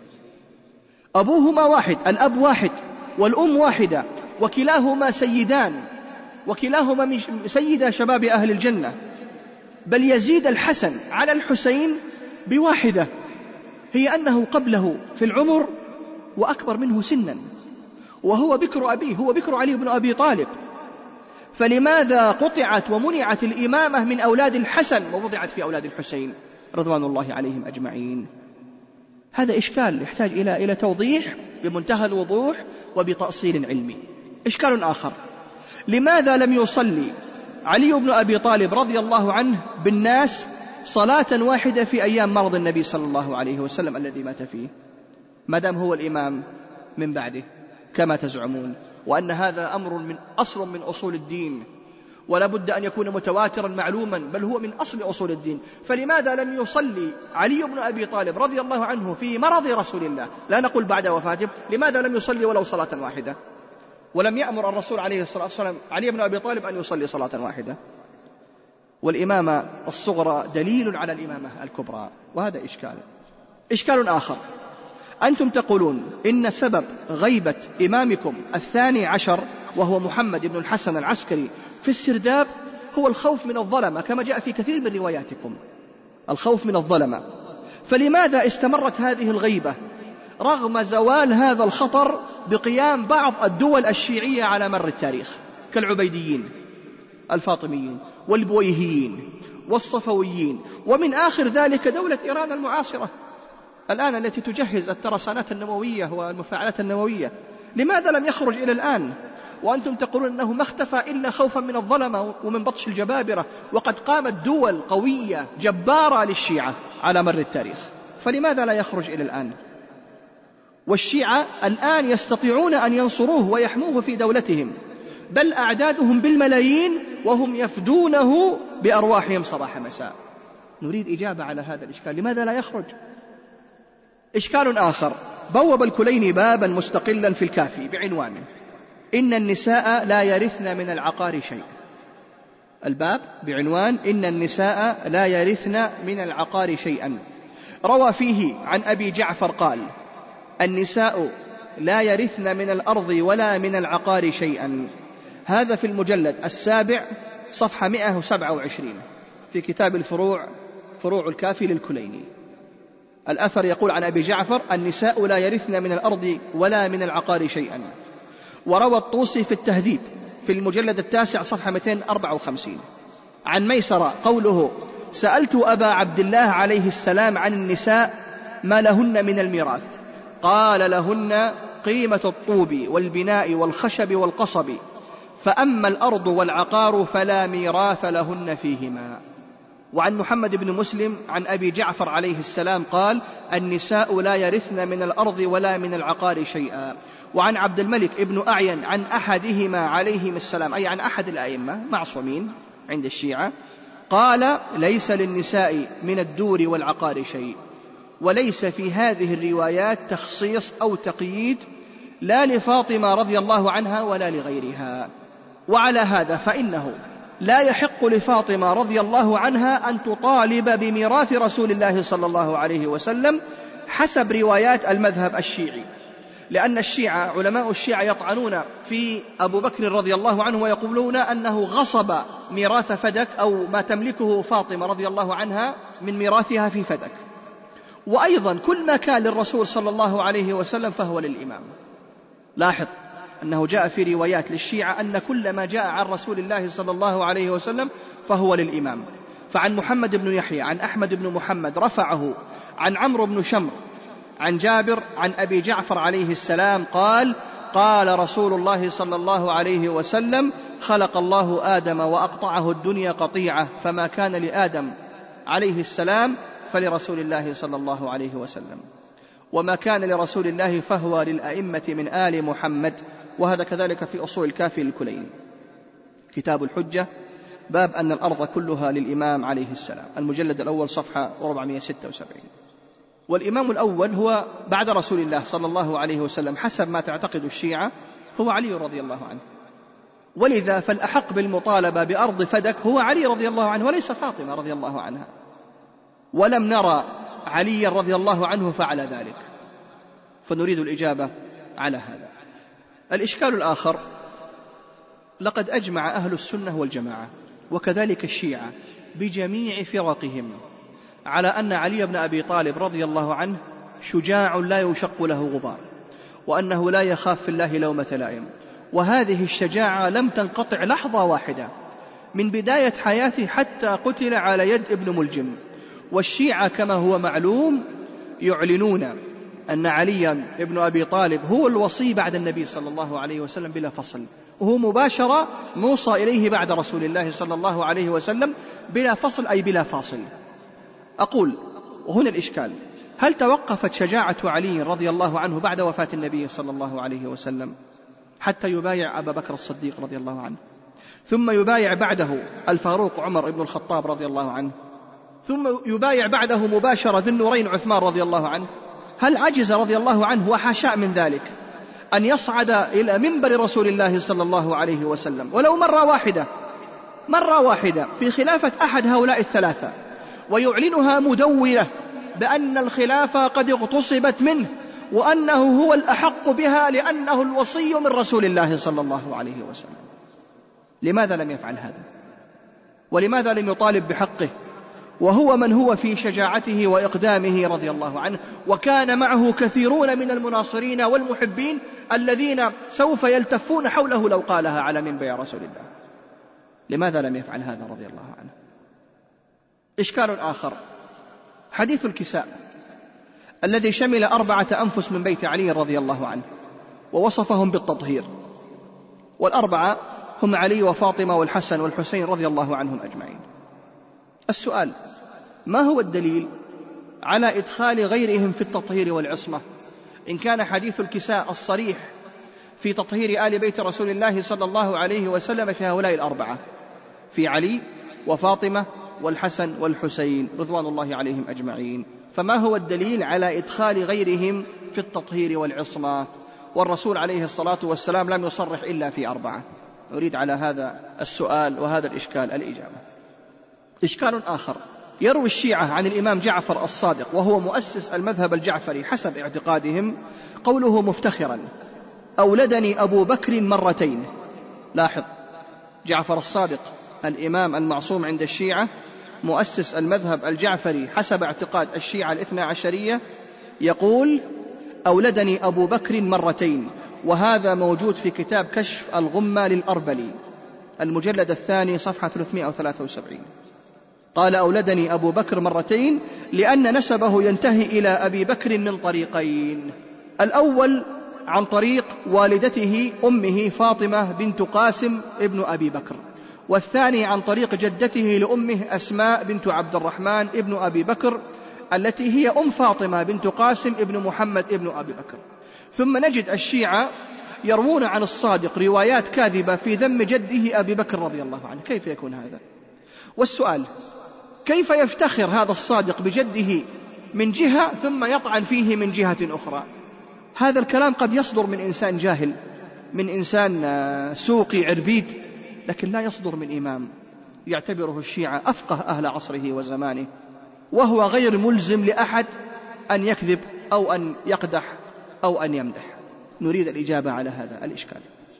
أبوهما واحد، الأب واحد والأم واحدة، وكلاهما سيدان، وكلاهما من سيدا شباب أهل الجنة، بل يزيد الحسن على الحسين بواحدة، هي أنه قبله في العمر وأكبر منه سنا، وهو بكر أبيه، هو بكر علي بن أبي طالب. فلماذا قطعت ومنعت الإمامة من أولاد الحسن ووضعت في أولاد الحسين رضوان الله عليهم أجمعين؟ هذا إشكال يحتاج إلى توضيح بمنتهى الوضوح وبتأصيل علمي. إشكال آخر: لماذا لم يصلي علي بن أبي طالب رضي الله عنه بالناس صلاة واحدة في أيام مرض النبي صلى الله عليه وسلم الذي مات فيه، ما دام هو الإمام من بعده كما تزعمون، وأن هذا أمر من أصل من أصول الدين، ولا بد أن يكون متواترا معلوما، بل هو من أصل أصول الدين؟ فلماذا لم يصلي علي بن أبي طالب رضي الله عنه في مرض رسول الله، لا نقول بعد وفاته، لماذا لم يصلي ولو صلاة واحدة؟ ولم يأمر الرسول عليه الصلاة والسلام علي بن أبي طالب أن يصلي صلاة واحدة. والإمامة الصغرى دليل على الإمامة الكبرى، وهذا إشكال آخر. أنتم تقولون إن سبب غيبة إمامكم 12 وهو محمد بن الحسن العسكري في السرداب هو الخوف من الظلمة، كما جاء في كثير من رواياتكم، الخوف من الظلمة. فلماذا استمرت هذه الغيبة رغم زوال هذا الخطر بقيام بعض الدول الشيعية على مر التاريخ كالعبيديين، الفاطميين، والبويهيين، والصفويين، ومن آخر ذلك دولة إيران المعاصرة الآن التي تجهز الترسانات النووية والمفاعلات النووية؟ لماذا لم يخرج إلى الآن وأنتم تقولون أنه ما اختفى إلا خوفا من الظلمة ومن بطش الجبابرة، وقد قامت دول قوية جبارة للشيعة على مر التاريخ؟ فلماذا لا يخرج إلى الآن؟ والشيعة الآن يستطيعون أن ينصروه ويحموه في دولتهم، بل أعدادهم بالملايين وهم يفدونه بأرواحهم صباح مساء. نريد إجابة على هذا الإشكال، لماذا لا يخرج؟ إشكال آخر. بوب الكليني بابا مستقلا في الكافي بعنوان إن النساء لا يرثن من العقار شيء. الباب بعنوان إن النساء لا يرثن من العقار شيئا. روى فيه عن أبي جعفر قال: النساء لا يرثن من الأرض ولا من العقار شيئا. هذا في المجلد 7 صفحة 127 في كتاب الفروع، فروع الكافي للكليني. الأثر يقول عن أبي جعفر: النساء لا يرثن من الأرض ولا من العقار شيئا. وروى الطوسي في التهذيب في المجلد 9 صفحة 254 عن ميسرة قوله: سألت أبا عبد الله عليه السلام عن النساء ما لهن من الميراث، قال: لهن قيمة الطوب والبناء والخشب والقصب، فأما الأرض والعقار فلا ميراث لهن فيهما. وعن محمد بن مسلم عن أبي جعفر عليه السلام قال: النساء لا يرثن من الأرض ولا من العقار شيئا. وعن عبد الملك ابن أعين عن أحدهما عليهم السلام، أي عن أحد الأئمة معصومين عند الشيعة، قال: ليس للنساء من الدور والعقار شيء. وليس في هذه الروايات تخصيص أو تقييد لا لفاطمة رضي الله عنها ولا لغيرها. وعلى هذا فإنه لا يحق لفاطمة رضي الله عنها أن تطالب بميراث رسول الله صلى الله عليه وسلم حسب روايات المذهب الشيعي، لأن الشيعة علماء الشيعة يطعنون في أبو بكر رضي الله عنه ويقولون أنه غصب ميراث فدك أو ما تملكه فاطمة رضي الله عنها من ميراثها في فدك. وأيضا كل ما كان للرسول صلى الله عليه وسلم فهو للإمام. لاحظ أنه جاء في روايات للشيعة أن كل ما جاء عن رسول الله صلى الله عليه وسلم فهو للإمام. فعن محمد بن يحيى عن أحمد بن محمد رفعه عن عمرو بن شمر عن جابر عن أبي جعفر عليه السلام قال: قال رسول الله صلى الله عليه وسلم: خلق الله آدم وأقطعه الدنيا قطيعة، فما كان لآدم عليه السلام فلرسول الله صلى الله عليه وسلم، وما كان لرسول الله فهو للأئمة من آل محمد. وهذا كذلك في أصول الكافي للكليني، كتاب الحجة، باب أن الأرض كلها للإمام عليه السلام، المجلد الأول صفحة 476. والإمام الأول هو بعد رسول الله صلى الله عليه وسلم حسب ما تعتقد الشيعة هو علي رضي الله عنه، ولذا فالأحق بالمطالبة بأرض فدك هو علي رضي الله عنه وليس فاطمة رضي الله عنها، ولم نرى علي رضي الله عنه فعل ذلك، فنريد الإجابة على هذا. الإشكال الآخر: لقد أجمع أهل السنة والجماعة وكذلك الشيعة بجميع فرقهم على أن علي بن أبي طالب رضي الله عنه شجاع لا يشق له غبار، وأنه لا يخاف في الله لومة لائم، وهذه الشجاعة لم تنقطع لحظة واحدة من بداية حياته حتى قتل على يد ابن ملجم. والشيعة كما هو معلوم يعلنون أن علي بن أبي طالب هو الوصي بعد النبي صلى الله عليه وسلم بلا فصل، وهو مباشرة موصى إليه بعد رسول الله صلى الله عليه وسلم بلا فصل، أي بلا فاصل. أقول وهنا الإشكال: هل توقفت شجاعة علي رضي الله عنه بعد وفاة النبي صلى الله عليه وسلم حتى يبايع أبا بكر الصديق رضي الله عنه، ثم يبايع بعده الفاروق عمر بن الخطاب رضي الله عنه، ثم يبايع بعده مباشرة ذي النورين عثمان رضي الله عنه؟ هل عجز رضي الله عنه وحاشا من ذلك أن يصعد إلى منبر رسول الله صلى الله عليه وسلم ولو مرة واحدة في خلافة أحد هؤلاء الثلاثة، ويعلنها مدونة بأن الخلافة قد اغتصبت منه وأنه هو الأحق بها لأنه الوصي من رسول الله صلى الله عليه وسلم. لماذا لم يفعل هذا؟ ولماذا لم يطالب بحقه وهو من هو في شجاعته وإقدامه رضي الله عنه، وكان معه كثيرون من المناصرين والمحبين الذين سوف يلتفون حوله لو قالها على منبر رسول الله؟ لماذا لم يفعل هذا رضي الله عنه؟ إشكال آخر، حديث الكساء الذي شمل 4 أنفس من بيت علي رضي الله عنه ووصفهم بالتطهير، والأربعة هم علي وفاطمة والحسن والحسين رضي الله عنهم أجمعين. السؤال: ما هو الدليل على إدخال غيرهم في التطهير والعصمة إن كان حديث الكساء الصريح في تطهير آل بيت رسول الله صلى الله عليه وسلم في هؤلاء الأربعة، في علي وفاطمة والحسن والحسين رضوان الله عليهم أجمعين؟ فما هو الدليل على إدخال غيرهم في التطهير والعصمة والرسول عليه الصلاة والسلام لم يصرح إلا في 4؟ أريد على هذا السؤال وهذا الإشكال الإجابة. إشكال آخر، يروي الشيعة عن الإمام جعفر الصادق وهو مؤسس المذهب الجعفري حسب اعتقادهم قوله مفتخرا: أولدني أبو بكر مرتين. لاحظ، جعفر الصادق الإمام المعصوم عند الشيعة مؤسس المذهب الجعفري حسب اعتقاد الشيعة الاثنى عشرية يقول: أولدني أبو بكر مرتين، وهذا موجود في كتاب كشف الغمة للأربلي المجلد 2 صفحة 373. قال: أولدني أبو بكر مرتين لأن نسبه ينتهي إلى أبي بكر من طريقين: الأول عن طريق والدته أمه فاطمة بنت قاسم ابن أبي بكر، والثاني عن طريق جدته لأمه أسماء بنت عبد الرحمن ابن أبي بكر التي هي أم فاطمة بنت قاسم ابن محمد ابن أبي بكر. ثم نجد الشيعة يروون عن الصادق روايات كاذبة في ذم جده أبي بكر رضي الله عنه. كيف يكون هذا؟ والسؤال: كيف يفتخر هذا الصادق بجده من جهة ثم يطعن فيه من جهة أخرى؟ هذا الكلام قد يصدر من إنسان جاهل، من إنسان سوقي عربيد، لكن لا يصدر من إمام يعتبره الشيعة أفقه أهل عصره وزمانه، وهو غير ملزم لأحد أن يكذب أو أن يقدح أو أن يمدح. نريد الإجابة على هذا الإشكال.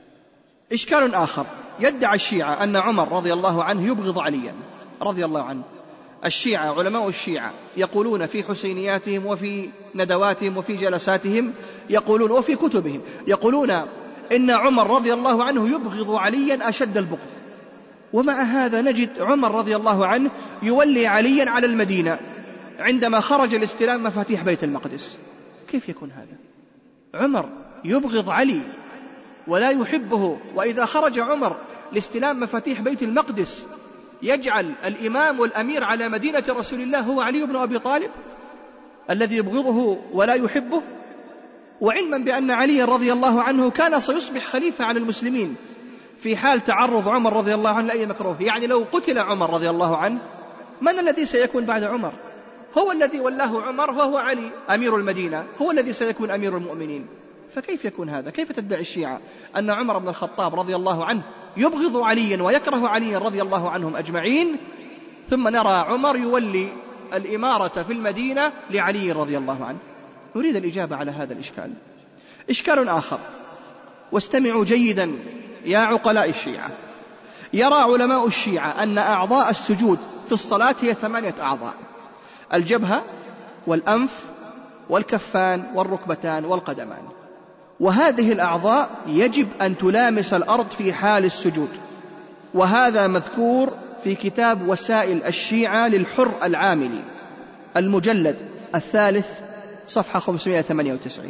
إشكال آخر، يدعي الشيعة أن عمر رضي الله عنه يبغض عليا رضي الله عنه. الشيعة علماء الشيعة يقولون في حسينياتهم وفي ندواتهم وفي جلساتهم يقولون وفي كتبهم يقولون إن عمر رضي الله عنه يبغض عليا أشد البغض، ومع هذا نجد عمر رضي الله عنه يولي عليا على المدينة عندما خرج لاستلام مفاتيح بيت المقدس. كيف يكون هذا؟ عمر يبغض علي ولا يحبه، وإذا خرج عمر لاستلام مفاتيح بيت المقدس يجعل الإمام والأمير على مدينة رسول الله هو علي بن أبي طالب الذي يبغضه ولا يحبه، وعلما بأن علي رضي الله عنه كان سيصبح خليفة على المسلمين في حال تعرض عمر رضي الله عنه لأي مكروه. يعني لو قتل عمر رضي الله عنه، من الذي سيكون بعد عمر؟ هو الذي ولاه عمر وهو علي أمير المدينة، هو الذي سيكون أمير المؤمنين. فكيف يكون هذا؟ كيف تدعي الشيعة أن عمر بن الخطاب رضي الله عنه يبغض عليا ويكره عليا رضي الله عنهم أجمعين، ثم نرى عمر يولي الإمارة في المدينة لعلي رضي الله عنه؟ نريد الإجابة على هذا الإشكال. إشكال آخر، واستمعوا جيدا يا عقلاء الشيعة. يرى علماء الشيعة أن أعضاء السجود في الصلاة هي 8 أعضاء: الجبهة والأنف والكفان والركبتان والقدمان، وهذه الأعضاء يجب أن تلامس الأرض في حال السجود، وهذا مذكور في كتاب وسائل الشيعة للحر العاملي المجلد 3 صفحة 598.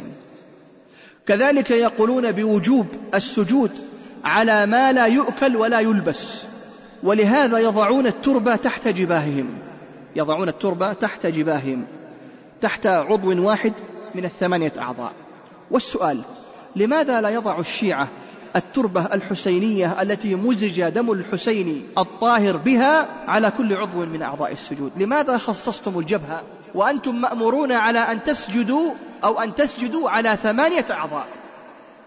كذلك يقولون بوجوب السجود على ما لا يؤكل ولا يلبس، ولهذا يضعون التربة تحت جباههم، يضعون التربة تحت جباههم تحت عضو واحد من 8 أعضاء. والسؤال: لماذا لا يضع الشيعة التربة الحسينية التي مزج دم الحسين الطاهر بها على كل عضو من أعضاء السجود؟ لماذا خصصتم الجبهة وأنتم مأمورون على أن تسجدوا أو أن تسجدوا على 8 أعضاء؟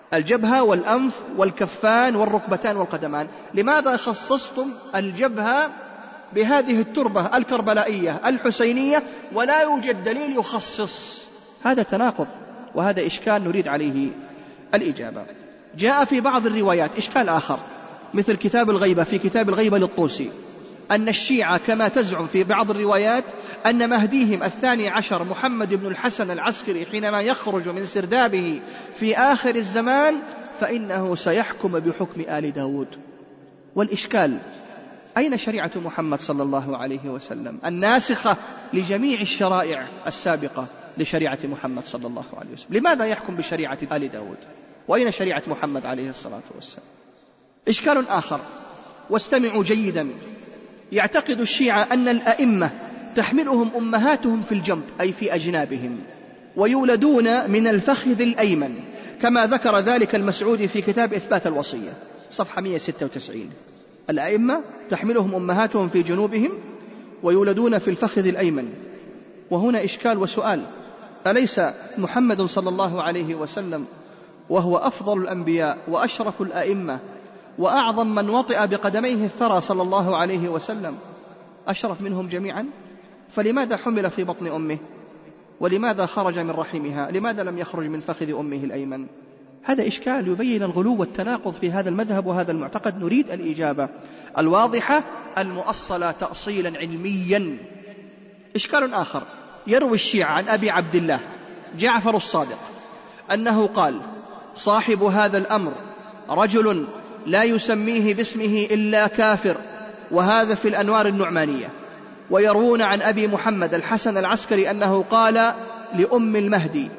الجبهة والأنف والكفان والركبتان والقدمان. لماذا خصصتم الجبهة بهذه التربة الكربلائية الحسينية ولا يوجد دليل يخصص؟ هذا تناقض وهذا إشكال نريد عليه الإجابة. جاء في بعض الروايات إشكال آخر مثل كتاب الغيبة، في كتاب الغيبة للطوسي، أن الشيعة كما تزعم في بعض الروايات أن مهديهم 12 محمد بن الحسن العسكري حينما يخرج من سردابه في آخر الزمان فإنه سيحكم بحكم آل داود. والإشكال أين شريعة محمد صلى الله عليه وسلم الناسخة لجميع الشرائع السابقة لشريعة محمد صلى الله عليه وسلم؟ لماذا يحكم بشريعة آل داود وأين شريعة محمد عليه الصلاة والسلام؟ إشكال آخر، واستمعوا جيدا، يعتقد الشيعة أن الأئمة تحملهم أمهاتهم في الجنب أي في أجنابهم ويولدون من الفخذ الأيمن كما ذكر ذلك المسعودي في كتاب إثبات الوصية صفحة 196. الأئمة تحملهم أمهاتهم في جنوبهم ويولدون في الفخذ الأيمن. وهنا إشكال وسؤال، أليس محمد صلى الله عليه وسلم وهو أفضل الأنبياء وأشرف الأئمة وأعظم من وطئ بقدميه الثرى صلى الله عليه وسلم أشرف منهم جميعا؟ فلماذا حمل في بطن أمه؟ ولماذا خرج من رحمها؟ لماذا لم يخرج من فخذ أمه الأيمن؟ هذا إشكال يبين الغلو والتناقض في هذا المذهب وهذا المعتقد. نريد الإجابة الواضحة المؤصلة تأصيلا علميا. إشكال آخر، يروي الشيعة عن أبي عبد الله جعفر الصادق أنه قال: صاحب هذا الأمر رجل لا يسميه باسمه إلا كافر، وهذا في الأنوار النعمانية. ويروون عن أبي محمد الحسن العسكري أنه قال لأم المهدي: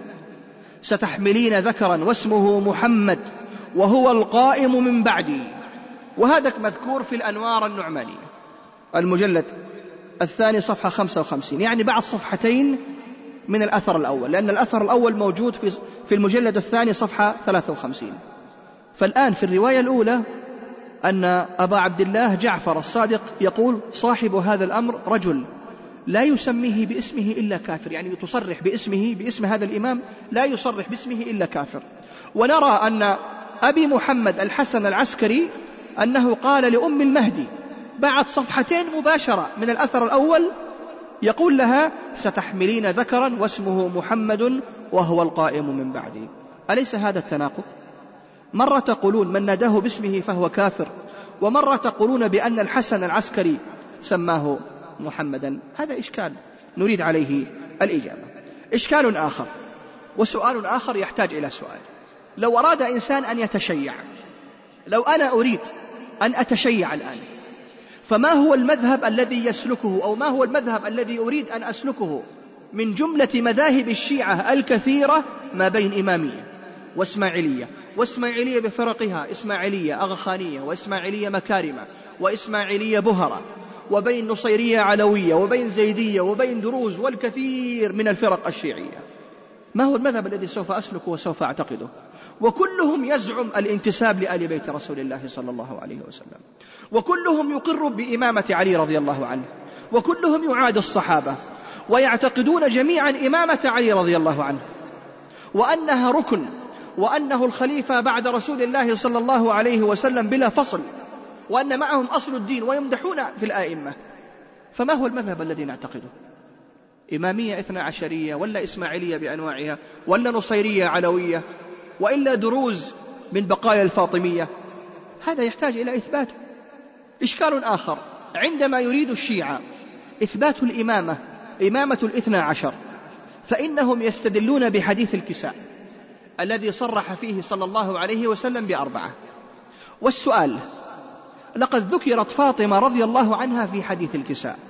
ستحملين ذكرا واسمه محمد وهو القائم من بعدي. وهذا مذكور في الأنوار النعمانية المجلد الثاني صفحة 55، يعني بعد صفحتين من الأثر الأول، لأن الأثر الأول موجود في المجلد الثاني صفحة 53. فالآن في الرواية الأولى أن أبا عبد الله جعفر الصادق يقول: صاحب هذا الأمر رجل لا يسميه باسمه إلا كافر، يعني تصرح باسم هذا الإمام لا يصرح باسمه إلا كافر. ونرى أن أبي محمد الحسن العسكري أنه قال لأم المهدي بعد صفحتين مباشرة من الأثر الأول، يقول لها: ستحملين ذكرا واسمه محمد وهو القائم من بعدي. أليس هذا التناقض؟ مرة تقولون من ناداه باسمه فهو كافر، ومرة تقولون بأن الحسن العسكري سماه محمدا. هذا إشكال نريد عليه الإجابة. إشكال آخر وسؤال آخر يحتاج إلى سؤال. لو أراد إنسان أن يتشيع، لو أنا أريد أن أتشيع الآن، فما هو المذهب الذي يسلكه، أو ما هو المذهب الذي أريد أن أسلكه من جملة مذاهب الشيعة الكثيرة ما بين إمامية وإسماعيلية، وإسماعيلية بفرقها، إسماعيلية أغخانية وإسماعيلية مكارمة وإسماعيلية بهرة، وبين نصيرية علوية وبين زيدية وبين دروز والكثير من الفرق الشيعية؟ ما هو المذهب الذي سوف أسلكه وسوف أعتقده؟ وكلهم يزعم الانتساب لآل بيت رسول الله صلى الله عليه وسلم، وكلهم يقر بإمامة علي رضي الله عنه، وكلهم يعاد الصحابة، ويعتقدون جميعا إمامة علي رضي الله عنه وأنها ركن، وأنه الخليفة بعد رسول الله صلى الله عليه وسلم بلا فصل، وأن معهم أصل الدين، ويمدحون في الآئمة. فما هو المذهب الذي نعتقده؟ إمامية 12 ولا إسماعيلية بأنواعها، ولا نصيرية علوية، وإلا دروز من بقايا الفاطمية؟ هذا يحتاج إلى إثبات. إشكال آخر، عندما يريد الشيعة إثبات الإمامة، إمامة 12، فإنهم يستدلون بحديث الكساء الذي صرح فيه صلى الله عليه وسلم ب4. والسؤال: لقد ذكرت فاطمة رضي الله عنها في حديث الكساء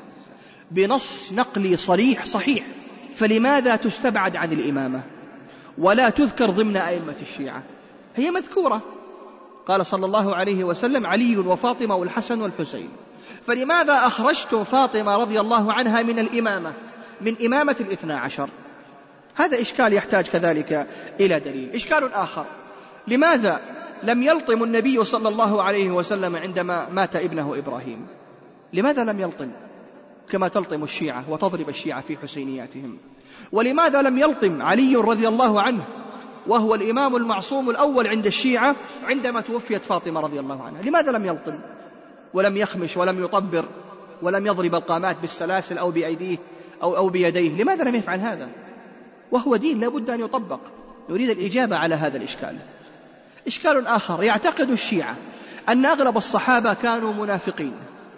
بنص نقلي صحيح، فلماذا تستبعد عن الإمامة ولا تذكر ضمن أئمة الشيعة؟ هي مذكورة، قال صلى الله عليه وسلم: علي وفاطمة والحسن والحسين، فلماذا أخرجتم فاطمة رضي الله عنها من الإمامة، من إمامة 12؟ هذا إشكال يحتاج كذلك إلى دليل. إشكال آخر، لماذا لم يلطم النبي صلى الله عليه وسلم عندما مات ابنه إبراهيم؟ لماذا لم يلطم كما تلطم الشيعة وتضرب الشيعة في حسينياتهم؟ ولماذا لم يلطم علي رضي الله عنه وهو الإمام المعصوم الأول عند الشيعة عندما توفيت فاطمة رضي الله عنها، لماذا لم يلطم ولم يخمش ولم يطبر ولم يضرب القامات بالسلاسل أو بأيديه أو بيديه؟ لماذا لم يفعل هذا؟ وهو دين لا بد أن يطبق. نريد الإجابة على هذا الإشكال. إشكال آخر، يعتقد الشيعة أن أغلب الصحابة كانوا منافقين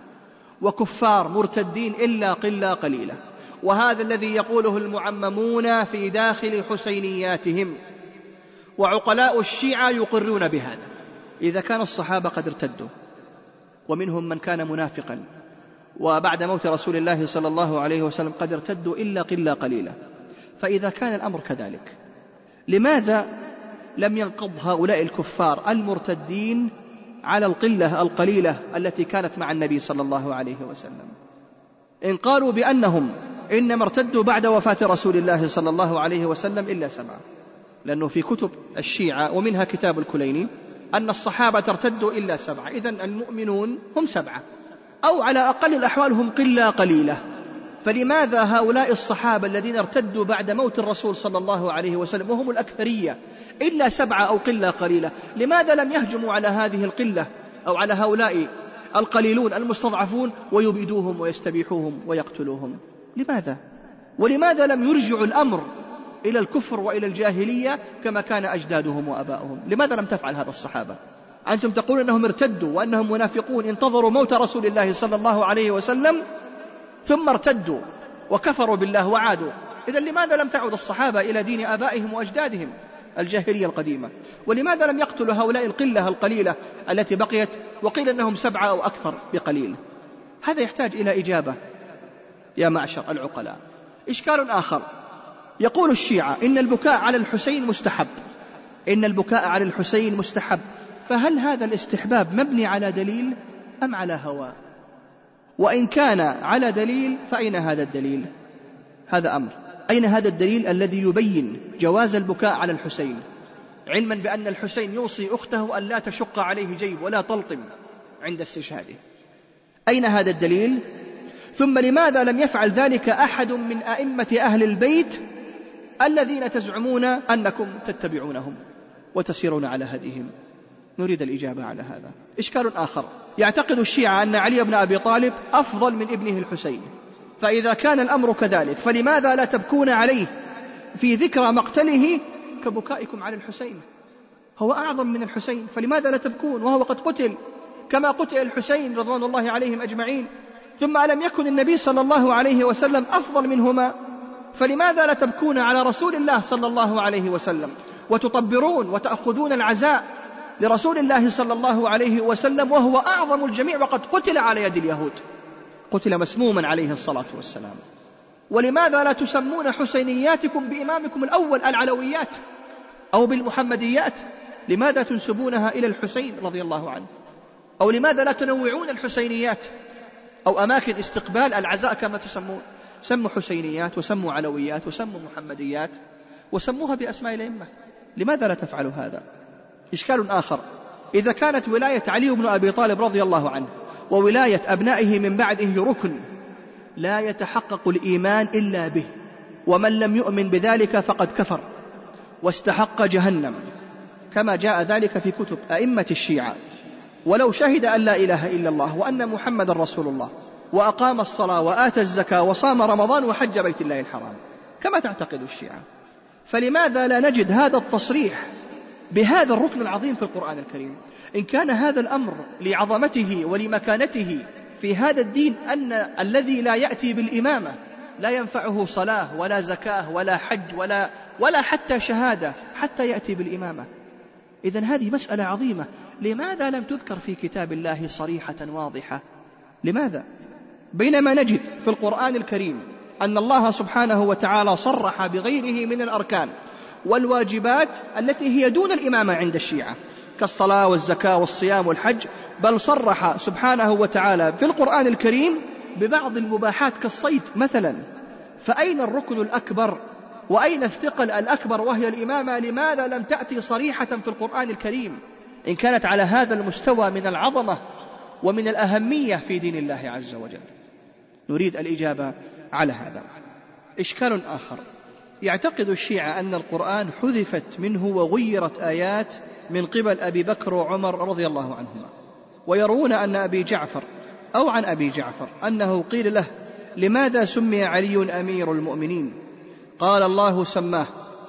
وكفار مرتدين إلا قلة قليلة، وهذا الذي يقوله المعممون في داخل حسينياتهم، وعقلاء الشيعة يقرون بهذا. إذا كان الصحابة قد ارتدوا ومنهم من كان منافقا، وبعد موت رسول الله صلى الله عليه وسلم قد ارتدوا إلا قلة قليلة، فإذا كان الأمر كذلك لماذا لم ينقض هؤلاء الكفار المرتدين على القلة القليلة التي كانت مع النبي صلى الله عليه وسلم؟ إن قالوا بأنهم إنما ارتدوا بعد وفاة رسول الله صلى الله عليه وسلم إلا 7، لأنه في كتب الشيعة ومنها كتاب الكليني أن الصحابة ارتدوا إلا 7، إذن المؤمنون هم 7، أو على أقل الأحوال هم قلة قليلة. فلماذا هؤلاء الصحابة الذين ارتدوا بعد موت الرسول صلى الله عليه وسلم وهم الأكثرية إلا 7 أو قلة قليلة، لماذا لم يهجموا على هذه القلة أو على هؤلاء القليلون المستضعفون ويبيدوهم ويستبيحوهم ويقتلوهم؟ لماذا؟ ولماذا لم يرجعوا الأمر إلى الكفر وإلى الجاهلية كما كان أجدادهم وأباؤهم؟ لماذا لم تفعل هذا الصحابة؟ أنتم تقولون أنهم ارتدوا وأنهم منافقون، انتظروا موت رسول الله صلى الله عليه وسلم ثم ارتدوا وكفروا بالله وعادوا. إذن لماذا لم تعود الصحابة إلى دين آبائهم وأجدادهم الجاهلية القديمة؟ ولماذا لم يقتلوا هؤلاء القلة القليلة التي بقيت وقيل أنهم 7 أو أكثر بقليل؟ هذا يحتاج إلى إجابة يا معشر العقلاء. إشكال آخر، يقول الشيعة إن البكاء على الحسين مستحب، إن البكاء على الحسين مستحب، فهل هذا الاستحباب مبني على دليل أم على هوى؟ وإن كان على دليل فأين هذا الدليل؟ هذا أمر، أين هذا الدليل الذي يبين جواز البكاء على الحسين، علما بأن الحسين يوصي أخته أن لا تشق عليه جيب ولا تلطم عند استشهاده؟ أين هذا الدليل؟ ثم لماذا لم يفعل ذلك أحد من أئمة أهل البيت الذين تزعمون أنكم تتبعونهم وتسيرون على هديهم؟ نريد الإجابة على هذا. إشكال آخر، يعتقد الشيعة أن علي بن أبي طالب أفضل من ابنه الحسين، فإذا كان الأمر كذلك فلماذا لا تبكون عليه في ذكرى مقتله كبكائكم على الحسين؟ هو أعظم من الحسين، فلماذا لا تبكون وهو قد قتل كما قتل الحسين رضوان الله عليهم أجمعين؟ ثم ألم يكن النبي صلى الله عليه وسلم أفضل منهما؟ فلماذا لا تبكون على رسول الله صلى الله عليه وسلم وتطبرون وتأخذون العزاء لرسول الله صلى الله عليه وسلم وهو أعظم الجميع وقد قتل على يد اليهود، قتل مسموما عليه الصلاة والسلام؟ ولماذا لا تسمون حسينياتكم بإمامكم الأول العلويات أو بالمحمديات؟ لماذا تنسبونها إلى الحسين رضي الله عنه؟ أو لماذا لا تنوعون الحسينيات أو أماكن استقبال العزاء كما تسمون؟ سموا حسينيات وسموا علويات وسموا محمديات وسموها بأسماء الأئمة، لماذا لا تفعلوا هذا؟ إشكال آخر، إذا كانت ولاية علي بن أبي طالب رضي الله عنه وولاية أبنائه من بعده ركن لا يتحقق الإيمان إلا به، ومن لم يؤمن بذلك فقد كفر واستحق جهنم، كما جاء ذلك في كتب أئمة الشيعة، ولو شهد أن لا إله إلا الله وأن محمد رسول الله وأقام الصلاة وآتى الزكاة وصام رمضان وحج بيت الله الحرام كما تعتقد الشيعة، فلماذا لا نجد هذا التصريح بهذا الركن العظيم في القرآن الكريم؟ إن كان هذا الأمر لعظمته ولمكانته في هذا الدين أن الذي لا يأتي بالإمامة لا ينفعه صلاة ولا زكاة ولا حج ولا حتى شهادة حتى يأتي بالإمامة، إذن هذه مسألة عظيمة، لماذا لم تذكر في كتاب الله صريحة واضحة؟ لماذا؟ بينما نجد في القرآن الكريم أن الله سبحانه وتعالى صرح بغيره من الأركان والواجبات التي هي دون الإمامة عند الشيعة كالصلاة والزكاة والصيام والحج، بل صرح سبحانه وتعالى في القرآن الكريم ببعض المباحات كالصيد مثلا. فأين الركن الأكبر وأين الثقل الأكبر وهي الإمامة؟ لماذا لم تأتي صريحة في القرآن الكريم إن كانت على هذا المستوى من العظمة ومن الأهمية في دين الله عز وجل؟ نريد الإجابة على هذا. إشكال آخر، يعتقد الشيعة أن القرآن حذفت منه وغيرت آيات من قبل أبي بكر وعمر رضي الله عنهما، ويرون أن أبي جعفر أو عن أبي جعفر أنه قيل له: لماذا سمي علي أمير المؤمنين؟ قال: الله سماه،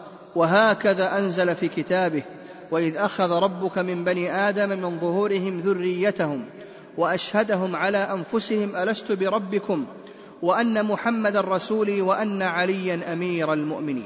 وهكذا أنزل في كتابه: وإذ أخذ ربك من بني آدم من ظهورهم ذريتهم وأشهدهم على أنفسهم ألست بربكم وأن محمد رسولي وأن عليا أمير المؤمنين.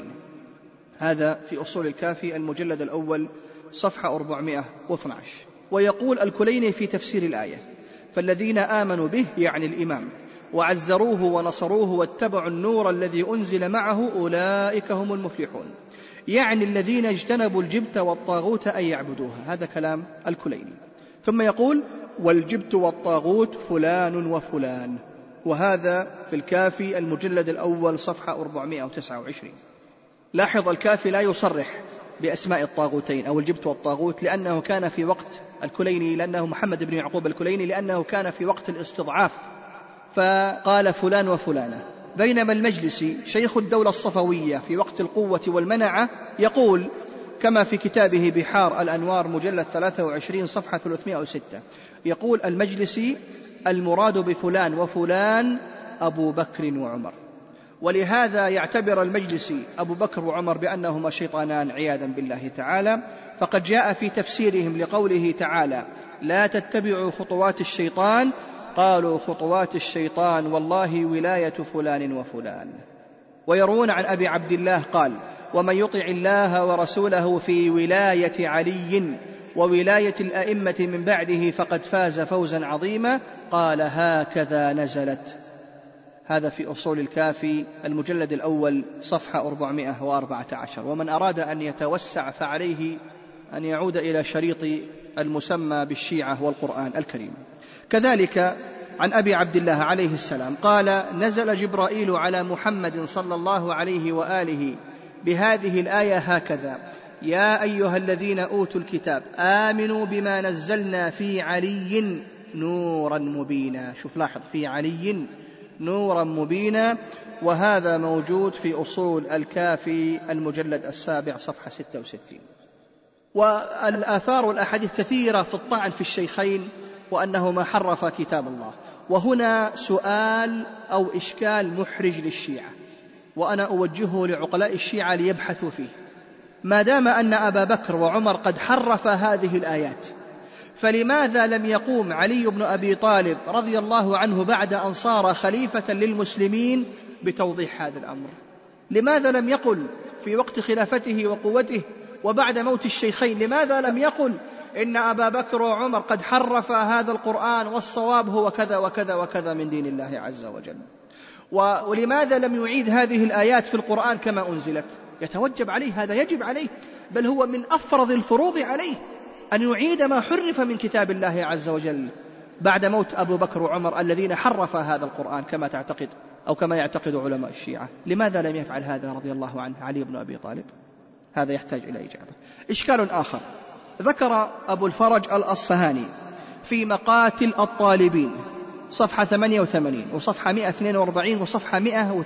هذا في أصول الكافي المجلد الأول صفحة 412. ويقول الكليني في تفسير الآية: فالذين آمنوا به يعني الإمام وعزروه ونصروه واتبعوا النور الذي أنزل معه أولئك هم المفلحون، يعني الذين اجتنبوا الجبت والطاغوت أن يعبدوها. هذا كلام الكليني. ثم يقول: والجبت والطاغوت فلان وفلان. وهذا في الكافي المجلد الأول صفحة 429. لاحظ الكافي لا يصرح بأسماء الطاغوتين أو الجبت والطاغوت، لأنه كان في وقت الكليني، لأنه محمد بن يعقوب الكليني، لأنه كان في وقت الاستضعاف فقال فلان وفلانة. بينما المجلسي شيخ الدولة الصفوية في وقت القوة والمنعة يقول كما في كتابه بحار الأنوار مجلد 23 صفحة 306، يقول المجلسي: المراد بفلان وفلان أبو بكر وعمر. ولهذا يعتبر المجلسي أبو بكر وعمر بأنهما شيطانان عياذا بالله تعالى، فقد جاء في تفسيرهم لقوله تعالى: لا تتبعوا خطوات الشيطان، قالوا خطوات الشيطان والله ولاية فلان وفلان. ويروون عن أبي عبد الله قال: ومن يطع الله ورسوله في ولاية علي وولاية الأئمة من بعده فقد فاز فوزا عظيما. قال: هكذا نزلت. هذا في أصول الكافي المجلد الأول صفحة 414. ومن أراد أن يتوسع فعليه أن يعود إلى شريط المسمى بالشيعة والقرآن الكريم. كذلك عن أبي عبد الله عليه السلام قال: نزل جبرائيل على محمد صلى الله عليه وآله بهذه الآية هكذا: يا أيها الذين أوتوا الكتاب آمنوا بما نزلنا في علي نورا مبينا. شوف لاحظ، في علي نورا مبينا. وهذا موجود في أصول الكافي المجلد السابع صفحة 66. والآثار والأحاديث كثيرة في الطعن في الشيخين وأنهما حرفا كتاب الله. وهنا سؤال أو إشكال محرج للشيعة، وأنا أوجهه لعقلاء الشيعة ليبحثوا فيه. ما دام أن أبا بكر وعمر قد حرفا هذه الآيات، فلماذا لم يقوم علي بن أبي طالب رضي الله عنه بعد أن صار خليفة للمسلمين بتوضيح هذا الأمر؟ لماذا لم يقل في وقت خلافته وقوته وبعد موت الشيخين؟ لماذا لم يقل إن أبا بكر وعمر قد حرفا هذا القرآن والصواب هو كذا وكذا وكذا من دين الله عز وجل؟ ولماذا لم يعيد هذه الآيات في القرآن كما أنزلت؟ يتوجب عليه، هذا يجب عليه، بل هو من أفرض الفروض عليه أن يعيد ما حرف من كتاب الله عز وجل بعد موت أبو بكر وعمر الذين حرفا هذا القرآن كما تعتقد أو كما يعتقد علماء الشيعة. لماذا لم يفعل هذا رضي الله عنه علي بن أبي طالب؟ هذا يحتاج إلى إجابة. إشكال آخر ذكر أبو الفرج الأصفهاني في مقاتل الطالبين صفحة 88 وصفحة 142 وصفحة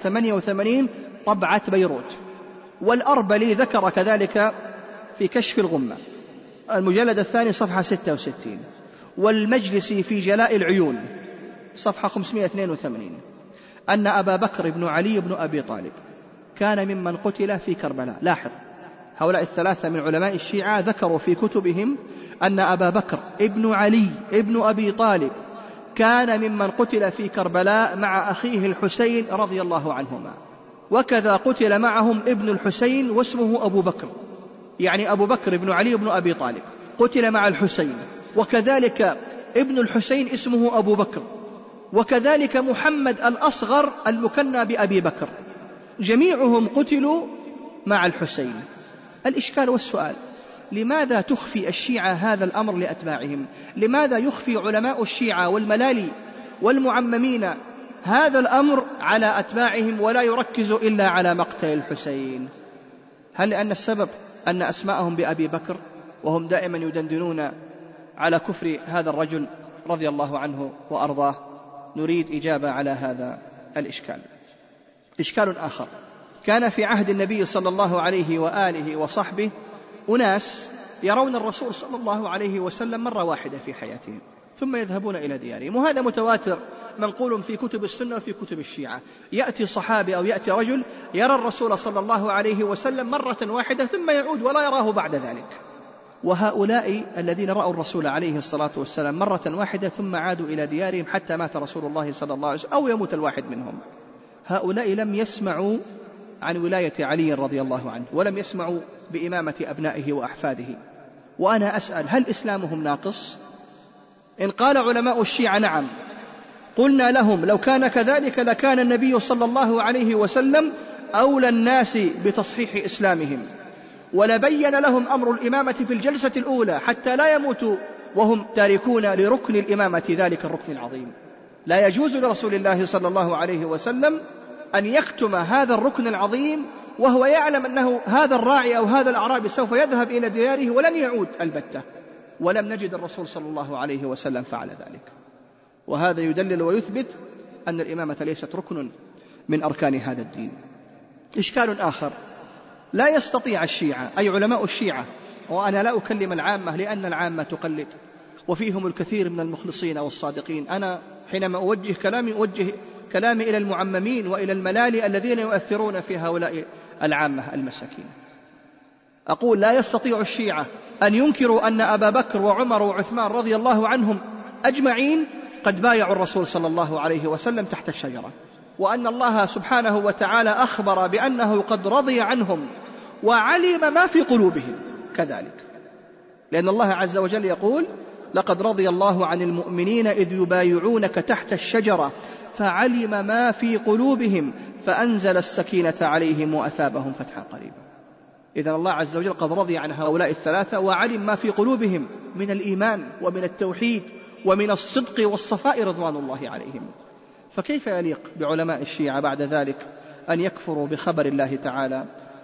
188 طبعة بيروت. والأربلي ذكر كذلك في كشف الغمة المجلد الثاني صفحة 66. والمجلسي في جلاء العيون صفحة 582 أن أبا بكر بن علي بن أبي طالب كان ممن قتل في كربلاء. لاحظ، هؤلاء الثلاثة من علماء الشيعة ذكروا في كتبهم أن أبا بكر ابن علي ابن أبي طالب كان ممن قتل في كربلاء مع أخيه الحسين رضي الله عنهما، وكذا قتل معهم ابن الحسين واسمه أبو بكر، يعني أبو بكر ابن علي ابن أبي طالب قتل مع الحسين، وكذلك ابن الحسين اسمه أبو بكر، وكذلك محمد الأصغر المكنى بأبي بكر، جميعهم قتلوا مع الحسين. الإشكال والسؤال: لماذا تخفي الشيعة هذا الأمر لأتباعهم؟ لماذا يخفي علماء الشيعة والملالي والمعممين هذا الأمر على أتباعهم ولا يركز إلا على مقتل الحسين؟ هل لأن السبب أن أسماءهم بأبي بكر وهم دائما يدندنون على كفر هذا الرجل رضي الله عنه وأرضاه؟ نريد إجابة على هذا الإشكال. إشكال آخر كان في عهد النبي صلى الله عليه وآله وصحبه أناس يرون الرسول صلى الله عليه وسلم مرة واحدة في حياتهم ثم يذهبون إلى ديارهم، وهذا متواتر منقول في كتب السنة وفي كتب الشيعة. يأتي صحابي أو يأتي رجل يرى الرسول صلى الله عليه وسلم مرة واحدة ثم يعود ولا يراه بعد ذلك. وهؤلاء الذين رأوا الرسول عليه الصلاة والسلام مرة واحدة ثم عادوا إلى ديارهم حتى مات رسول الله صلى الله عليه وسلم أو يموت الواحد منهم، هؤلاء لم يسمعوا عن ولاية علي رضي الله عنه، ولم يسمعوا بإمامة أبنائه وأحفاده. وأنا أسأل: هل إسلامهم ناقص؟ إن قال علماء الشيعة نعم، قلنا لهم: لو كان كذلك لكان النبي صلى الله عليه وسلم أولى الناس بتصحيح إسلامهم، ولبين لهم أمر الإمامة في الجلسة الأولى حتى لا يموتوا وهم تاركون لركن الإمامة ذلك الركن العظيم. لا يجوز لرسول الله صلى الله عليه وسلم أن يكتم هذا الركن العظيم وهو يعلم أنه هذا الراعي أو هذا الأعرابي سوف يذهب إلى دياره ولن يعود البتة، ولم نجد الرسول صلى الله عليه وسلم فعل ذلك. وهذا يدلل ويثبت أن الإمامة ليست ركن من أركان هذا الدين. إشكال آخر: لا يستطيع الشيعة أي علماء الشيعة، وأنا لا أكلم العامة لأن العامة تقلد وفيهم الكثير من المخلصين والصادقين، أنا حينما أوجه كلامي إلى المعممين وإلى الملالي الذين يؤثرون في هؤلاء العامة المساكين. أقول: لا يستطيع الشيعة أن ينكروا أن أبا بكر وعمر وعثمان رضي الله عنهم أجمعين قد بايعوا الرسول صلى الله عليه وسلم تحت الشجرة، وأن الله سبحانه وتعالى أخبر بأنه قد رضي عنهم وعلم ما في قلوبهم كذلك، لأن الله عز وجل يقول: لقد رضي الله عن المؤمنين إذ يبايعونك تحت الشجرة فعلم ما في قلوبهم فأنزل السكينة عليهم وأثابهم فتحا قريبا. إذن الله عز وجل قد رضي عن هؤلاء الثلاثة وعلم ما في قلوبهم من الإيمان ومن التوحيد ومن الصدق والصفاء رضوان الله عليهم. فكيف يليق بعلماء الشيعة بعد ذلك أن يكفروا بخبر الله تعالى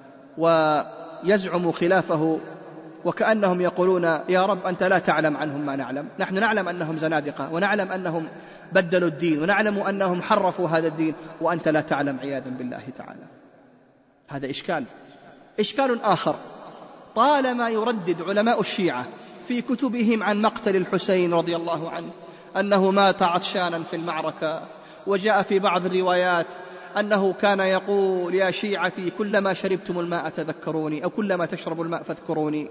ويزعموا خلافه وكأنهم يقولون: يا رب أنت لا تعلم عنهم ما نعلم، نحن نعلم أنهم زنادقة ونعلم أنهم بدلوا الدين ونعلم أنهم حرفوا هذا الدين وأنت لا تعلم عياذا بالله تعالى. هذا إشكال آخر: طالما يردد علماء الشيعة في كتبهم عن مقتل الحسين رضي الله عنه أنه مات عطشانا في المعركة، وجاء في بعض الروايات أنه كان يقول: يا شيعتي كلما شربتم الماء تذكروني، أو كلما تشربوا الماء فاذكروني.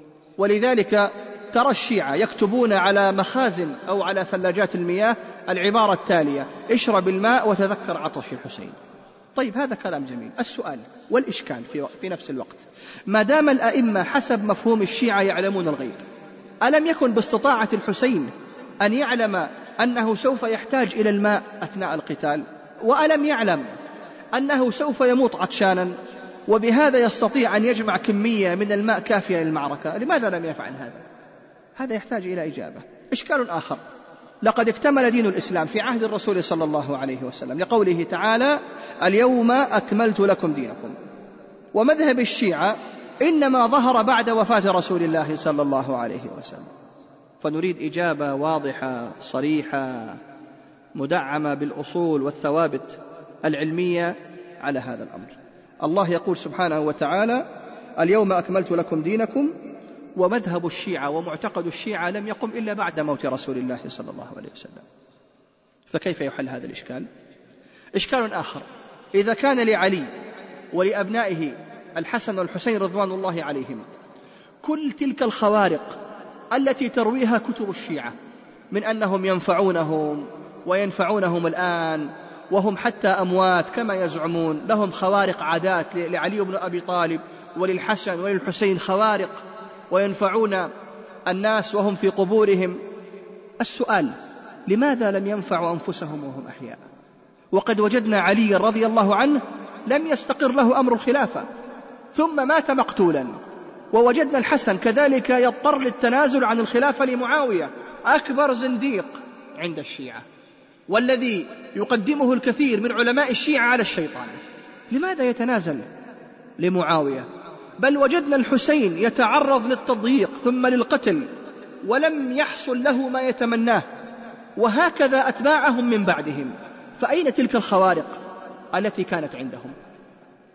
ولذلك ترى الشيعة يكتبون على مخازن أو على ثلاجات المياه العبارة التالية: اشرب الماء وتذكر عطش الحسين. طيب، هذا كلام جميل. السؤال والإشكال في نفس الوقت: ما دام الأئمة حسب مفهوم الشيعة يعلمون الغيب، ألم يكن باستطاعة الحسين أن يعلم أنه سوف يحتاج إلى الماء أثناء القتال؟ وألم يعلم أنه سوف يموت عطشانا وبهذا يستطيع أن يجمع كمية من الماء كافية للمعركة؟ لماذا لم يفعل هذا؟ هذا يحتاج إلى إجابة. إشكال آخر: لقد اكتمل دين الإسلام في عهد الرسول صلى الله عليه وسلم لقوله تعالى: اليوم أكملت لكم دينكم. ومذهب الشيعة إنما ظهر بعد وفاة رسول الله صلى الله عليه وسلم. فنريد إجابة واضحة صريحة مدعمة بالأصول والثوابت العلمية على هذا الأمر. الله يقول سبحانه وتعالى: اليوم أكملت لكم دينكم. ومذهب الشيعة ومعتقد الشيعة لم يقم إلا بعد موت رسول الله صلى الله عليه وسلم. فكيف يحل هذا الإشكال؟ إشكال آخر: إذا كان لعلي ولأبنائه الحسن والحسين رضوان الله عليهم كل تلك الخوارق التي ترويها كتب الشيعة من أنهم ينفعونهم وينفعونهم الآن وهم حتى أموات كما يزعمون، لهم خوارق عادات لعلي بن أبي طالب وللحسن وللحسين خوارق وينفعون الناس وهم في قبورهم، السؤال: لماذا لم ينفعوا أنفسهم وهم أحياء؟ وقد وجدنا علي رضي الله عنه لم يستقر له أمر الخلافة ثم مات مقتولا، ووجدنا الحسن كذلك يضطر للتنازل عن الخلافة لمعاوية، أكبر زنديق عند الشيعة والذي يقدمه الكثير من علماء الشيعة على الشيطان. لماذا يتنازل لمعاوية؟ بل وجدنا الحسين يتعرض للتضييق ثم للقتل ولم يحصل له ما يتمناه، وهكذا أتباعهم من بعدهم. فأين تلك الخوارق التي كانت عندهم؟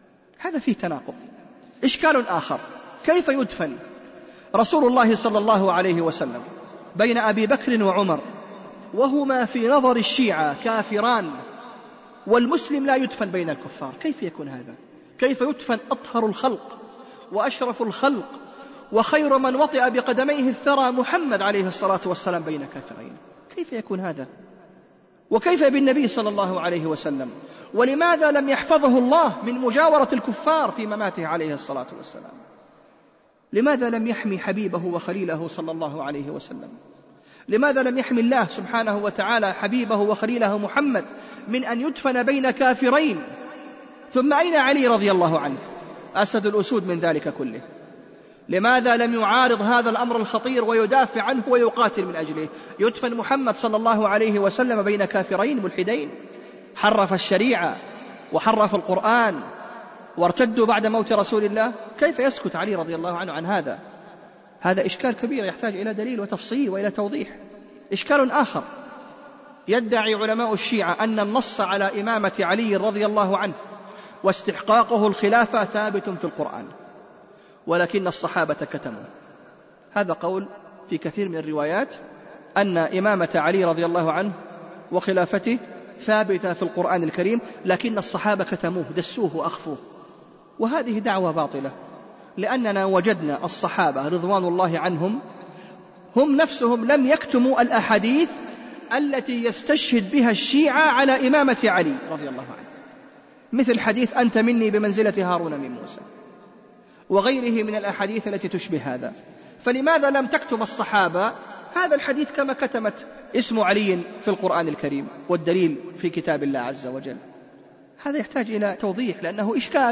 هذا فيه تناقض. إشكال آخر: كيف يدفن رسول الله صلى الله عليه وسلم بين أبي بكر وعمر وهما في نظر الشيعة كافران، والمسلم لا يدفن بين الكفار؟ كيف يكون هذا؟ كيف يدفن أطهر الخلق وأشرف الخلق وخير من وطئ بقدميه الثرى محمد عليه الصلاة والسلام بين كافرين؟ كيف يكون هذا؟ وكيف بالنبي صلى الله عليه وسلم؟ ولماذا لم يحفظه الله من مجاورة الكفار في مماته عليه الصلاة والسلام؟ لماذا لم يحمي حبيبه وخليله صلى الله عليه وسلم؟ لماذا لم يحمي الله سبحانه وتعالى حبيبه وخليله محمد من أن يدفن بين كافرين؟ ثم أين علي رضي الله عنه أسد الأسود من ذلك كله؟ لماذا لم يعارض هذا الأمر الخطير ويدافع عنه ويقاتل من أجله؟ يدفن محمد صلى الله عليه وسلم بين كافرين ملحدين حرف الشريعة وحرف القرآن وارتدوا بعد موت رسول الله. كيف يسكت علي رضي الله عنه عن هذا؟ هذا إشكال كبير يحتاج إلى دليل وتفصيل وإلى توضيح. إشكال آخر: يدعي علماء الشيعة أن النص على إمامة علي رضي الله عنه واستحقاقه الخلافة ثابت في القرآن، ولكن الصحابة كتموا. هذا قول في كثير من الروايات أن إمامة علي رضي الله عنه وخلافته ثابتة في القرآن الكريم، لكن الصحابة كتموه، دسوه وأخفوه. وهذه دعوة باطلة، لأننا وجدنا الصحابة رضوان الله عنهم هم نفسهم لم يكتموا الأحاديث التي يستشهد بها الشيعة على إمامة علي رضي الله عنه، مثل حديث أنت مني بمنزلة هارون من موسى وغيره من الأحاديث التي تشبه هذا. فلماذا لم تكتم الصحابة هذا الحديث كما كتمت اسم علي في القرآن الكريم والدليل في كتاب الله عز وجل؟ هذا يحتاج إلى توضيح لأنه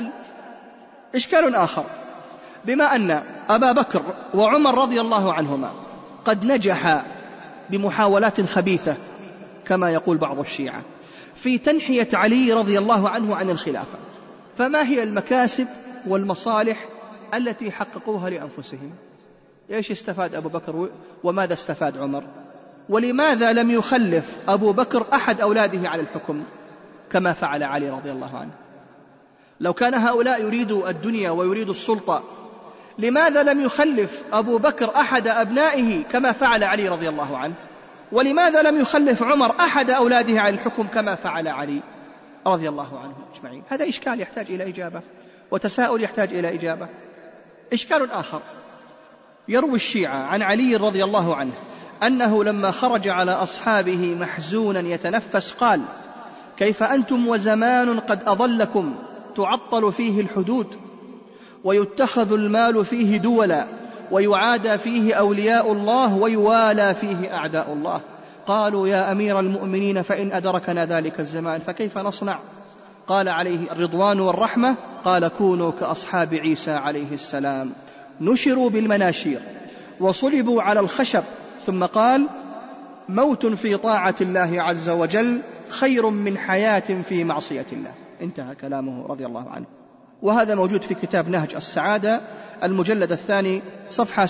إشكال آخر: بما أن أبا بكر وعمر رضي الله عنهما قد نجحا بمحاولات خبيثة كما يقول بعض الشيعة في تنحية علي رضي الله عنه عن الخلافة، فما هي المكاسب والمصالح التي حققوها لأنفسهم؟ إيش استفاد أبو بكر وماذا استفاد عمر؟ ولماذا لم يخلف أبو بكر أحد أولاده على الحكم كما فعل علي رضي الله عنه؟ لو كان هؤلاء يريدوا الدنيا ويريدوا السلطة، لماذا لم يخلف أبو بكر أحد أبنائه كما فعل علي رضي الله عنه؟ ولماذا لم يخلف عمر أحد أولاده على الحكم كما فعل علي رضي الله عنه أجمعين؟ هذا إشكال يحتاج إلى إجابة، وتساؤل يحتاج إلى إجابة. إشكال آخر: يروي الشيعة عن علي رضي الله عنه أنه لما خرج على أصحابه محزونا يتنفس قال: كيف أنتم وزمان قد أضلكم تعطل فيه الحدود ويتخذ المال فيه دولا ويعادى فيه أولياء الله ويوالى فيه أعداء الله. قالوا: يا أمير المؤمنين فإن أدركنا ذلك الزمان فكيف نصنع؟ قال عليه الرضوان والرحمة: قال: كونوا كأصحاب عيسى عليه السلام، نشروا بالمناشير وصلبوا على الخشب، ثم قال: موت في طاعة الله عز وجل خير من حياة في معصية الله. انتهى كلامه رضي الله عنه. وهذا موجود في كتاب نهج السعادة المجلد الثاني صفحة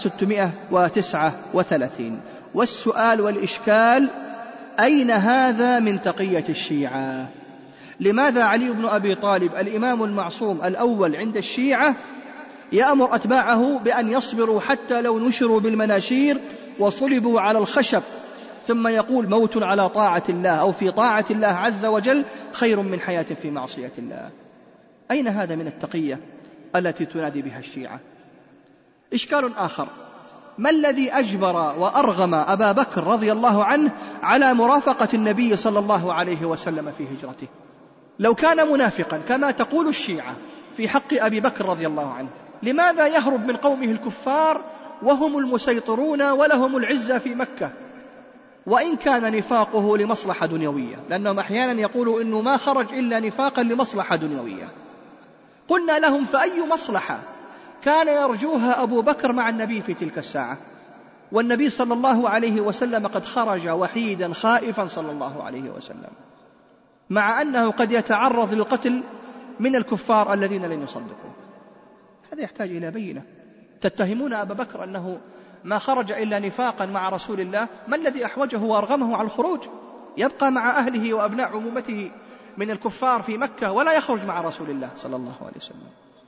639. والسؤال والإشكال: أين هذا من تقية الشيعة؟ لماذا علي بن أبي طالب الإمام المعصوم الأول عند الشيعة يأمر أتباعه بأن يصبروا حتى لو نشروا بالمناشير وصلبوا على الخشب، ثم يقول موت على طاعة الله أو في طاعة الله عز وجل خير من حياة في معصية الله؟ أين هذا من التقية التي تنادي بها الشيعة؟ إشكال آخر: ما الذي أجبر وأرغم أبا بكر رضي الله عنه على مرافقة النبي صلى الله عليه وسلم في هجرته؟ لو كان منافقا كما تقول الشيعة في حق أبي بكر رضي الله عنه، لماذا يهرب من قومه الكفار وهم المسيطرون ولهم العزة في مكة؟ وإن كان نفاقه لمصلحة دنيوية، لأنهم أحيانا يقولوا إنه ما خرج إلا نفاقا لمصلحة دنيوية. قلنا لهم: فأي مصلحة كان يرجوها أبو بكر مع النبي في تلك الساعة، والنبي صلى الله عليه وسلم قد خرج وحيدا خائفا صلى الله عليه وسلم، مع أنه قد يتعرض للقتل من الكفار الذين لن يصدقوا؟ هذا يحتاج إلى بينة. تتهمون أبا بكر أنه ما خرج إلا نفاقا مع رسول الله، ما الذي أحوجه وأرغمه على الخروج؟ يبقى مع أهله وأبناء عمومته من الكفار في مكة ولا يخرج مع رسول الله صلى الله عليه وسلم.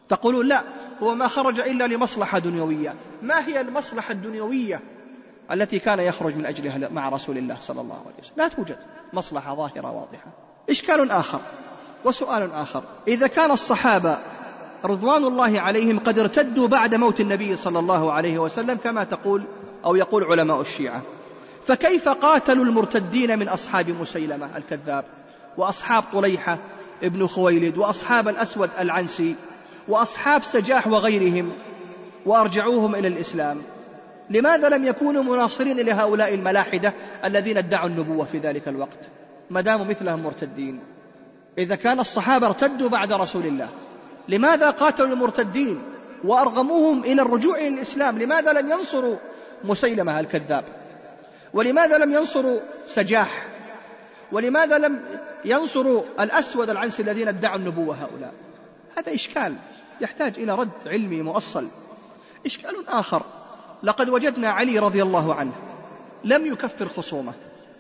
تقولون لا، هو ما خرج إلا لمصلحة دنيوية. ما هي المصلحة الدنيوية التي كان يخرج من أجلها مع رسول الله صلى الله عليه وسلم؟ لا توجد مصلحة ظاهرة واضحة. إشكال آخر وسؤال آخر: إذا كان الصحابة رضوان الله عليهم قد ارتدوا بعد موت النبي صلى الله عليه وسلم كما تقول أو يقول علماء الشيعة، فكيف قاتلوا المرتدين من أصحاب مسيلمة الكذاب وأصحاب طليحة ابن خويلد وأصحاب الأسود العنسي وأصحاب سجاح وغيرهم وأرجعوهم إلى الإسلام؟ لماذا لم يكونوا مناصرين لهؤلاء الملاحدة الذين ادعوا النبوة في ذلك الوقت ما داموا مثلهم مرتدين؟ إذا كان الصحابة ارتدوا بعد رسول الله، لماذا قاتلوا المرتدين وأرغموهم إلى الرجوع إلى الإسلام؟ لماذا لم ينصروا مسيلمة الكذاب؟ ولماذا لم ينصروا سجاح؟ ولماذا لم ينصروا الأسود العنسي الذين ادعوا النبوة هؤلاء؟ هذا إشكال يحتاج إلى رد علمي مؤصل. إشكال آخر: لقد وجدنا علي رضي الله عنه لم يكفر خصومه،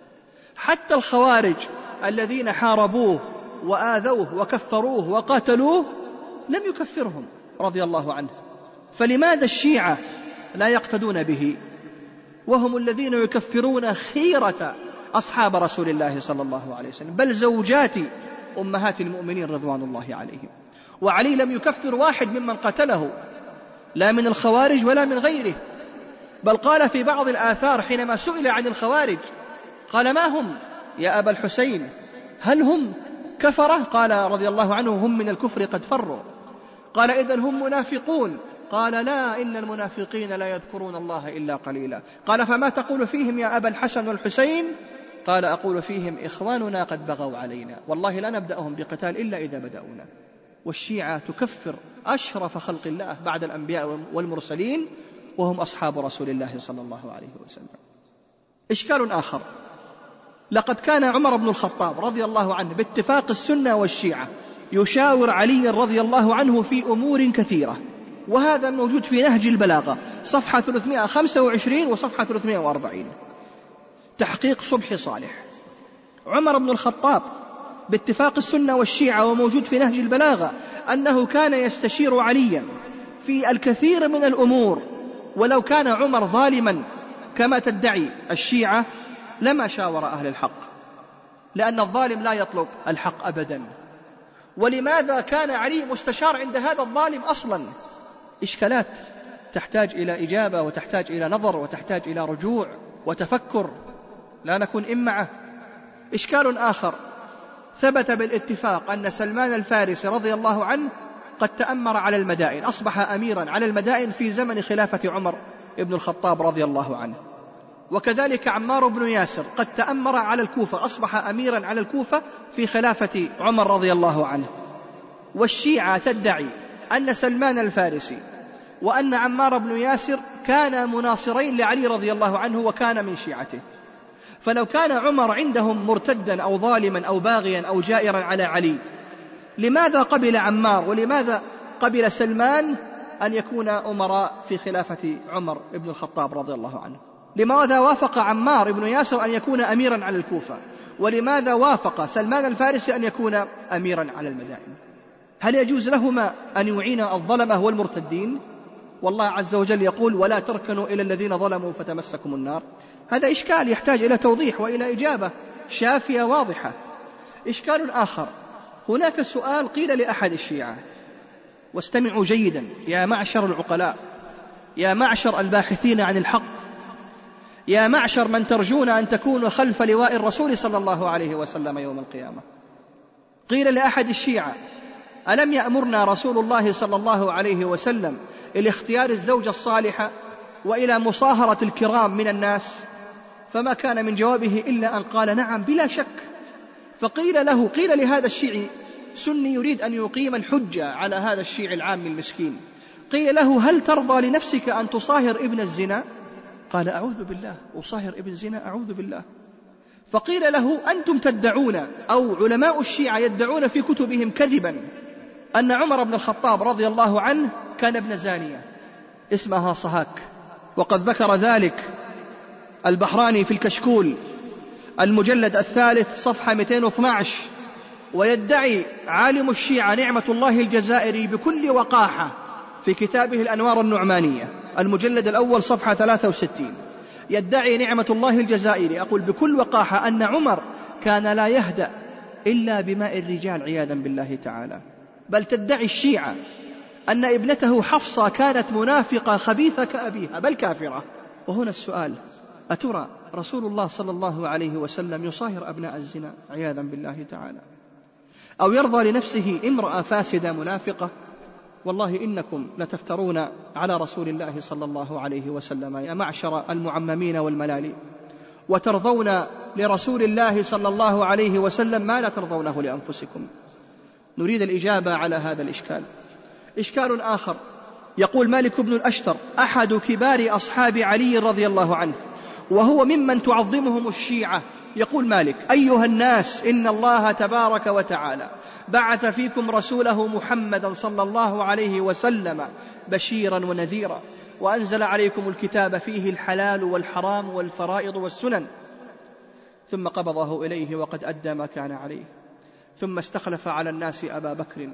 حتى الخوارج الذين حاربوه وآذوه وكفروه وقاتلوه لم يكفرهم رضي الله عنه. فلماذا الشيعة لا يقتدون به وهم الذين يكفرون خيرة أصحاب رسول الله صلى الله عليه وسلم، بل زوجات أمهات المؤمنين رضوان الله عليهم؟ وعلي لم يكفر واحد ممن قتله، لا من الخوارج ولا من غيره، بل قال في بعض الآثار حينما سئل عن الخوارج قال: ما هم يا أبا الحسين؟ هل هم كفرة؟ قال رضي الله عنه: هم من الكفر قد فروا. قال: إذن هم منافقون؟ قال: لا، إن المنافقين لا يذكرون الله إلا قليلا. قال: فما تقول فيهم يا أبا الحسن والحسين؟ قال: أقول فيهم إخواننا قد بغوا علينا، والله لا نبدأهم بقتال إلا إذا بدأونا. والشيعة تكفر أشرف خلق الله بعد الأنبياء والمرسلين وهم أصحاب رسول الله صلى الله عليه وسلم. إشكال آخر: لقد كان عمر بن الخطاب رضي الله عنه باتفاق السنة والشيعة يشاور علي رضي الله عنه في أمور كثيرة، وهذا موجود في نهج البلاغة صفحة 325 وصفحة 340، تحقيق صبحي صالح. عمر بن الخطاب باتفاق السنة والشيعة وموجود في نهج البلاغة أنه كان يستشير عليا في الكثير من الأمور، ولو كان عمر ظالما كما تدعي الشيعة لما شاور أهل الحق، لأن الظالم لا يطلب الحق أبدا. ولماذا كان علي مستشار عند هذا الظالم أصلا؟ إشكالات تحتاج إلى إجابة وتحتاج إلى نظر وتحتاج إلى رجوع وتفكر، لا نكون إمعة. إشكال آخر: ثبت بالاتفاق أن سلمان الفارسي رضي الله عنه قد تأمر على المدائن، أصبح أميرا على المدائن في زمن خلافة عمر بن الخطاب رضي الله عنه. وكذلك عمار بن ياسر قد تأمر على الكوفة، أصبح أميرا على الكوفة في خلافة عمر رضي الله عنه. والشيعة تدعي أن سلمان الفارسي وأن عمار بن ياسر كان مناصرين لعلي رضي الله عنه وكان من شيعته. فلو كان عمر عندهم مرتدا أو ظالما أو باغيا أو جائرا على علي، لماذا قبل عمار ولماذا قبل سلمان أن يكون أمراء في خلافة عمر بن الخطاب رضي الله عنه؟ لماذا وافق عمار بن ياسر أن يكون أميرا على الكوفة، ولماذا وافق سلمان الفارسي أن يكون أميرا على المدائن؟ هل يجوز لهما أن يعين الظلمة والمرتدين؟ والله عز وجل يقول: ولا تركنوا إلى الذين ظلموا فتمسكم النار. هذا إشكال يحتاج إلى توضيح وإلى إجابة شافية واضحة. إشكال آخر: هناك سؤال قيل لأحد الشيعة، واستمعوا جيدا يا معشر العقلاء، يا معشر الباحثين عن الحق، يا معشر من ترجون أن تكونوا خلف لواء الرسول صلى الله عليه وسلم يوم القيامة. قيل لأحد الشيعة: ألم يأمرنا رسول الله صلى الله عليه وسلم إلى اختيار الزوجة الصالحة وإلى مصاهرة الكرام من الناس؟ فما كان من جوابه إلا أن قال: نعم بلا شك. فقيل له، قيل لهذا الشيعي سني يريد أن يقيم الحجة على هذا الشيعي العام المسكين، قيل له: هل ترضى لنفسك أن تصاهر ابن الزنا؟ قال: أعوذ بالله، أصاهر ابن الزنا؟ أعوذ بالله. فقيل له: أنتم تدعون أو علماء الشيعة يدعون في كتبهم كذبا أن عمر بن الخطاب رضي الله عنه كان ابن زانية اسمها صهاك، وقد ذكر ذلك البحراني في الكشكول المجلد 3 صفحة 212، ويدعي عالم الشيعة نعمة الله الجزائري بكل وقاحة في كتابه الأنوار النعمانية المجلد الأول صفحة 63، يدعي نعمة الله الجزائري أقول بكل وقاحة أن عمر كان لا يهدأ إلا بماء الرجال عياذا بالله تعالى. بل تدعي الشيعة أن ابنته حفصة كانت منافقة خبيثة كأبيها بل كافرة. وهنا السؤال: أترى رسول الله صلى الله عليه وسلم يصاهر أبناء الزنا عياذا بالله تعالى، أو يرضى لنفسه امرأة فاسدة منافقة؟ والله إنكم لتفترون على رسول الله صلى الله عليه وسلم يا معشر المعممين والملالي، وترضون لرسول الله صلى الله عليه وسلم ما لا ترضونه لأنفسكم. نريد الإجابة على هذا الإشكال. إشكال آخر، يقول مالك بن الأشتر أحد كبار أصحاب علي رضي الله عنه، وهو ممن تعظمهم الشيعة، يقول مالك: أيها الناس، إن الله تبارك وتعالى بعث فيكم رسوله محمدا صلى الله عليه وسلم بشيرا ونذيرا، وأنزل عليكم الكتاب فيه الحلال والحرام والفرائض والسنن، ثم قبضه إليه وقد أدى ما كان عليه، ثم استخلف على الناس أبا بكر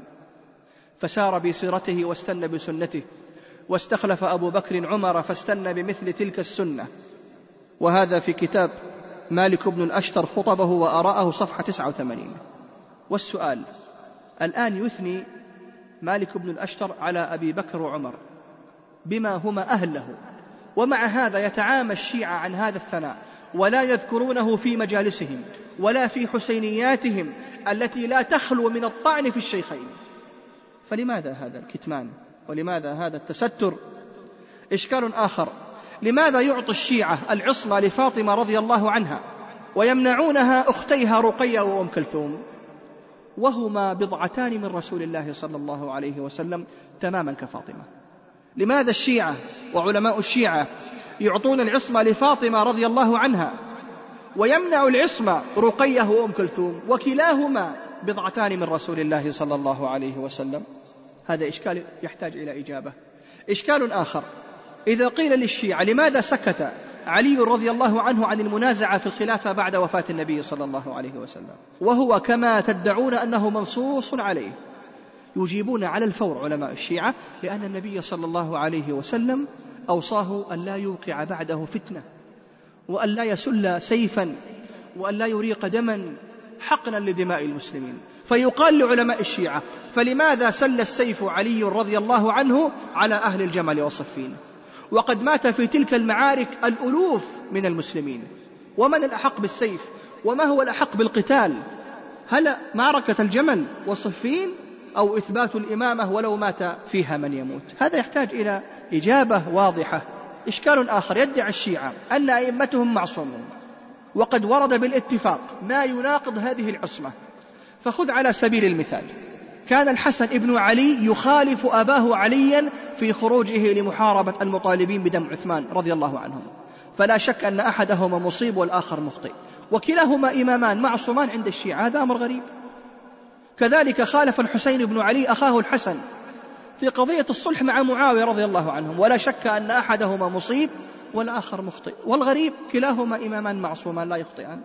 فسار بسيرته واستنى بسنته، واستخلف أبو بكر عمر فاستنى بمثل تلك السنة. وهذا في كتاب مالك بن الأشتر خطبه وآراءه صفحة 89. والسؤال الآن: يثني مالك بن الأشتر على أبي بكر وعمر بما هما أهل له، ومع هذا يتعامى الشيعة عن هذا الثناء ولا يذكرونه في مجالسهم ولا في حسينياتهم التي لا تخلو من الطعن في الشيخين. فلماذا هذا الكتمان ولماذا هذا التستر؟ إشكال آخر: لماذا يعطي الشيعة العصمة لفاطمة رضي الله عنها ويمنعونها أختيها رقية وأم كلثوم وهما بضعتان من رسول الله صلى الله عليه وسلم تماما كفاطمة؟ لماذا الشيعة وعلماء الشيعة يعطون العصمة لفاطمة رضي الله عنها ويمنع العصمة رقية وأم كلثوم وكلاهما بضعتان من رسول الله صلى الله عليه وسلم؟ هذا إشكال يحتاج إلى إجابة. إشكال آخر: إذا قيل للشيعة لماذا سكت علي رضي الله عنه عن المنازعة في الخلافة بعد وفاة النبي صلى الله عليه وسلم وهو كما تدعون أنه منصوص عليه، يجيبون على الفور علماء الشيعة: لأن النبي صلى الله عليه وسلم أوصاه أن لا يوقع بعده فتنة، وأن لا يسل سيفا، وأن لا يريق دما حقنا لدماء المسلمين. فيقال لعلماء الشيعة: فلماذا سل السيف علي رضي الله عنه على أهل الجمل وصفين، وقد مات في تلك المعارك الألوف من المسلمين؟ ومن الأحق بالسيف؟ وما هو الأحق بالقتال؟ هل معركة الجمل وصفين أو إثبات الإمامة ولو مات فيها من يموت؟ هذا يحتاج إلى إجابة واضحة. إشكال آخر: يدعي الشيعة أن أئمتهم معصومون، وقد ورد بالاتفاق ما يناقض هذه العصمة. فخذ على سبيل المثال: كان الحسن ابن علي يخالف أباه عليا في خروجه لمحاربة المطالبين بدم عثمان رضي الله عنهم، فلا شك أن أحدهما مصيب والآخر مخطئ، وكلاهما إمامان معصومان عند الشيعة، هذا أمر غريب. كذلك خالف الحسين بن علي أخاه الحسن في قضية الصلح مع معاوية رضي الله عنهم، ولا شك أن أحدهما مصيب والآخر مخطئ، والغريب كلاهما إمامان معصومان لا يخطئان.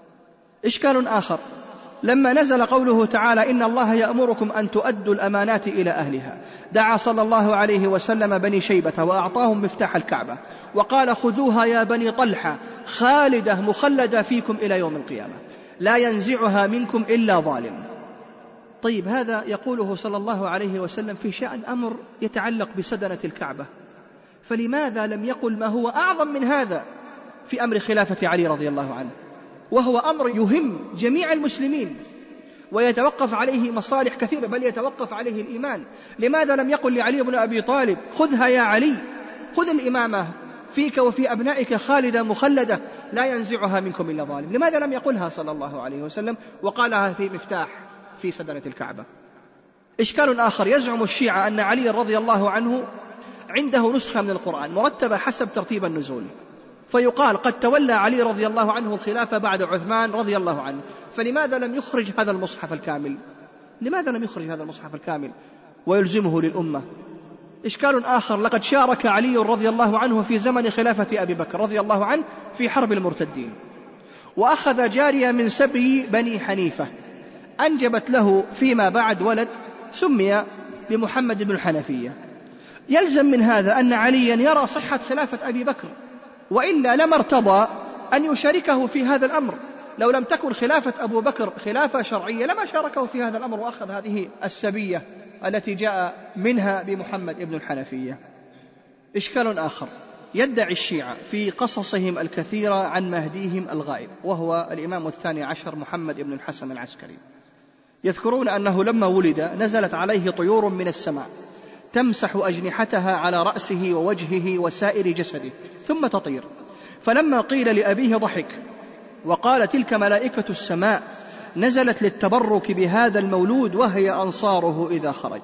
إشكال آخر: لما نزل قوله تعالى: إن الله يأمركم أن تؤدوا الأمانات إلى أهلها، دعا صلى الله عليه وسلم بني شيبة وأعطاهم مفتاح الكعبة وقال: خذوها يا بني طلحة خالدة مخلدة فيكم إلى يوم القيامة، لا ينزعها منكم إلا ظالم. طيب، هذا يقوله صلى الله عليه وسلم في شأن أمر يتعلق بسدنة الكعبة، فلماذا لم يقل ما هو أعظم من هذا في أمر خلافة علي رضي الله عنه، وهو أمر يهم جميع المسلمين ويتوقف عليه مصالح كثيرة، بل يتوقف عليه الإيمان؟ لماذا لم يقل لعلي بن أبي طالب: خذها يا علي، خذ الإمامة فيك وفي أبنائك خالدة مخلدة لا ينزعها منكم إلا ظالم؟ لماذا لم يقلها صلى الله عليه وسلم وقالها في مفتاح في سدنة الكعبة؟ إشكال آخر: يزعم الشيعة أن علي رضي الله عنه عنده نسخة من القرآن مرتبة حسب ترتيب النزول، فيقال: قد تولى علي رضي الله عنه الخلافة بعد عثمان رضي الله عنه، فلماذا لم يخرج هذا المصحف الكامل؟ لماذا لم يخرج هذا المصحف الكامل ويلزمه للأمة؟ إشكال آخر: لقد شارك علي رضي الله عنه في زمن خلافة أبي بكر رضي الله عنه في حرب المرتدين، وأخذ جارية من سبي بني حنيفة أنجبت له فيما بعد ولد سمي بمحمد بن الحنفية. يلزم من هذا أن عليا يرى صحة خلافة أبي بكر، وإلا لما ارتضى أن يشاركه في هذا الأمر. لو لم تكن خلافة أبو بكر خلافة شرعية لما شاركه في هذا الأمر وأخذ هذه السبية التي جاء منها بمحمد بن الحنفية. إشكال آخر، يدعي الشيعة في قصصهم الكثيرة عن مهديهم الغائب وهو الإمام الثاني عشر محمد بن الحسن العسكري. يذكرون أنه لما ولد نزلت عليه طيور من السماء تمسح أجنحتها على رأسه ووجهه وسائر جسده ثم تطير، فلما قيل لأبيه ضحك وقال تلك ملائكة السماء نزلت للتبرك بهذا المولود وهي أنصاره إذا خرج.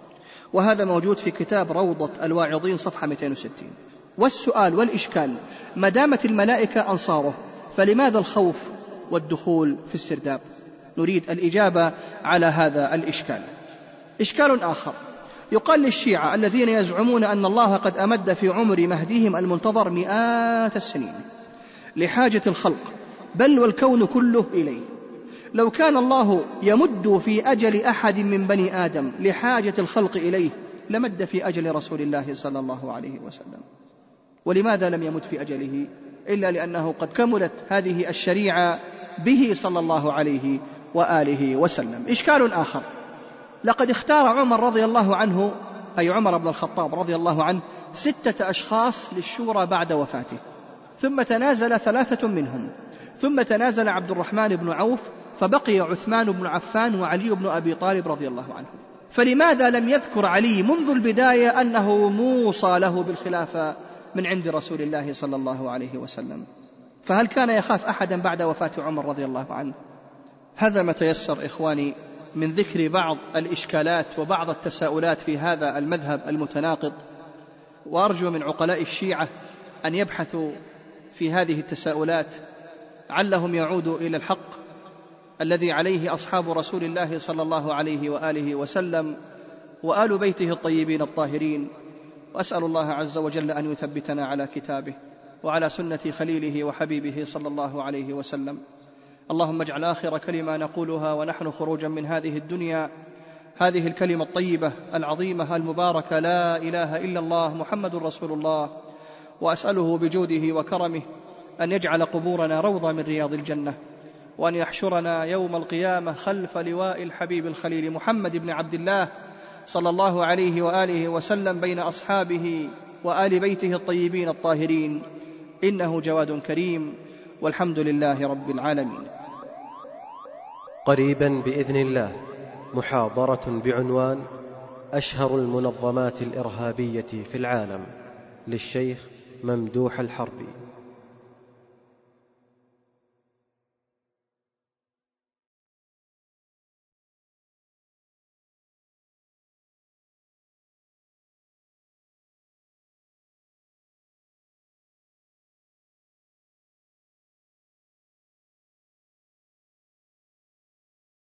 وهذا موجود في كتاب روضة الواعظين صفحة 260. والسؤال والإشكال، ما دامت الملائكة أنصاره فلماذا الخوف والدخول في السرداب؟ نريد الإجابة على هذا الإشكال. إشكال آخر، يقال للشيعة الذين يزعمون أن الله قد أمد في عمر مهديهم المنتظر مئات السنين لحاجة الخلق بل والكون كله إليه، لو كان الله يمد في أجل أحد من بني آدم لحاجة الخلق إليه لمد في أجل رسول الله صلى الله عليه وسلم. ولماذا لم يمد في أجله؟ إلا لأنه قد كملت هذه الشريعة به صلى الله عليه وآله وسلم. إشكال آخر، لقد اختار عمر رضي الله عنه أي عمر بن الخطاب رضي الله عنه 6 أشخاص للشورى بعد وفاته، ثم تنازل 3 منهم، ثم تنازل عبد الرحمن بن عوف، فبقي عثمان بن عفان وعلي بن أبي طالب رضي الله عنه. فلماذا لم يذكر علي منذ البداية أنه موصى له بالخلافة من عند رسول الله صلى الله عليه وسلم؟ فهل كان يخاف أحدا بعد وفاة عمر رضي الله عنه؟ هذا ما تيسر إخواني من ذكر بعض الإشكالات وبعض التساؤلات في هذا المذهب المتناقض، وأرجو من عقلاء الشيعة أن يبحثوا في هذه التساؤلات علهم يعودوا إلى الحق الذي عليه أصحاب رسول الله صلى الله عليه وآله وسلم وآل بيته الطيبين الطاهرين. وأسأل الله عز وجل أن يثبتنا على كتابه وعلى سنة خليله وحبيبه صلى الله عليه وسلم. اللهم اجعل آخر كلمة نقولها ونحن خروجا من هذه الدنيا هذه الكلمة الطيبة العظيمة المباركة لا إله إلا الله محمد رسول الله. وأسأله بجوده وكرمه أن يجعل قبورنا روضة من رياض الجنة، وأن يحشرنا يوم القيامة خلف لواء الحبيب الخليل محمد بن عبد الله صلى الله عليه وآله وسلم بين أصحابه وآل بيته الطيبين الطاهرين، إنه جواد كريم، والحمد لله رب العالمين. قريبا بإذن الله محاضرة بعنوان أشهر المنظمات الإرهابية في العالم للشيخ ممدوح الحربي.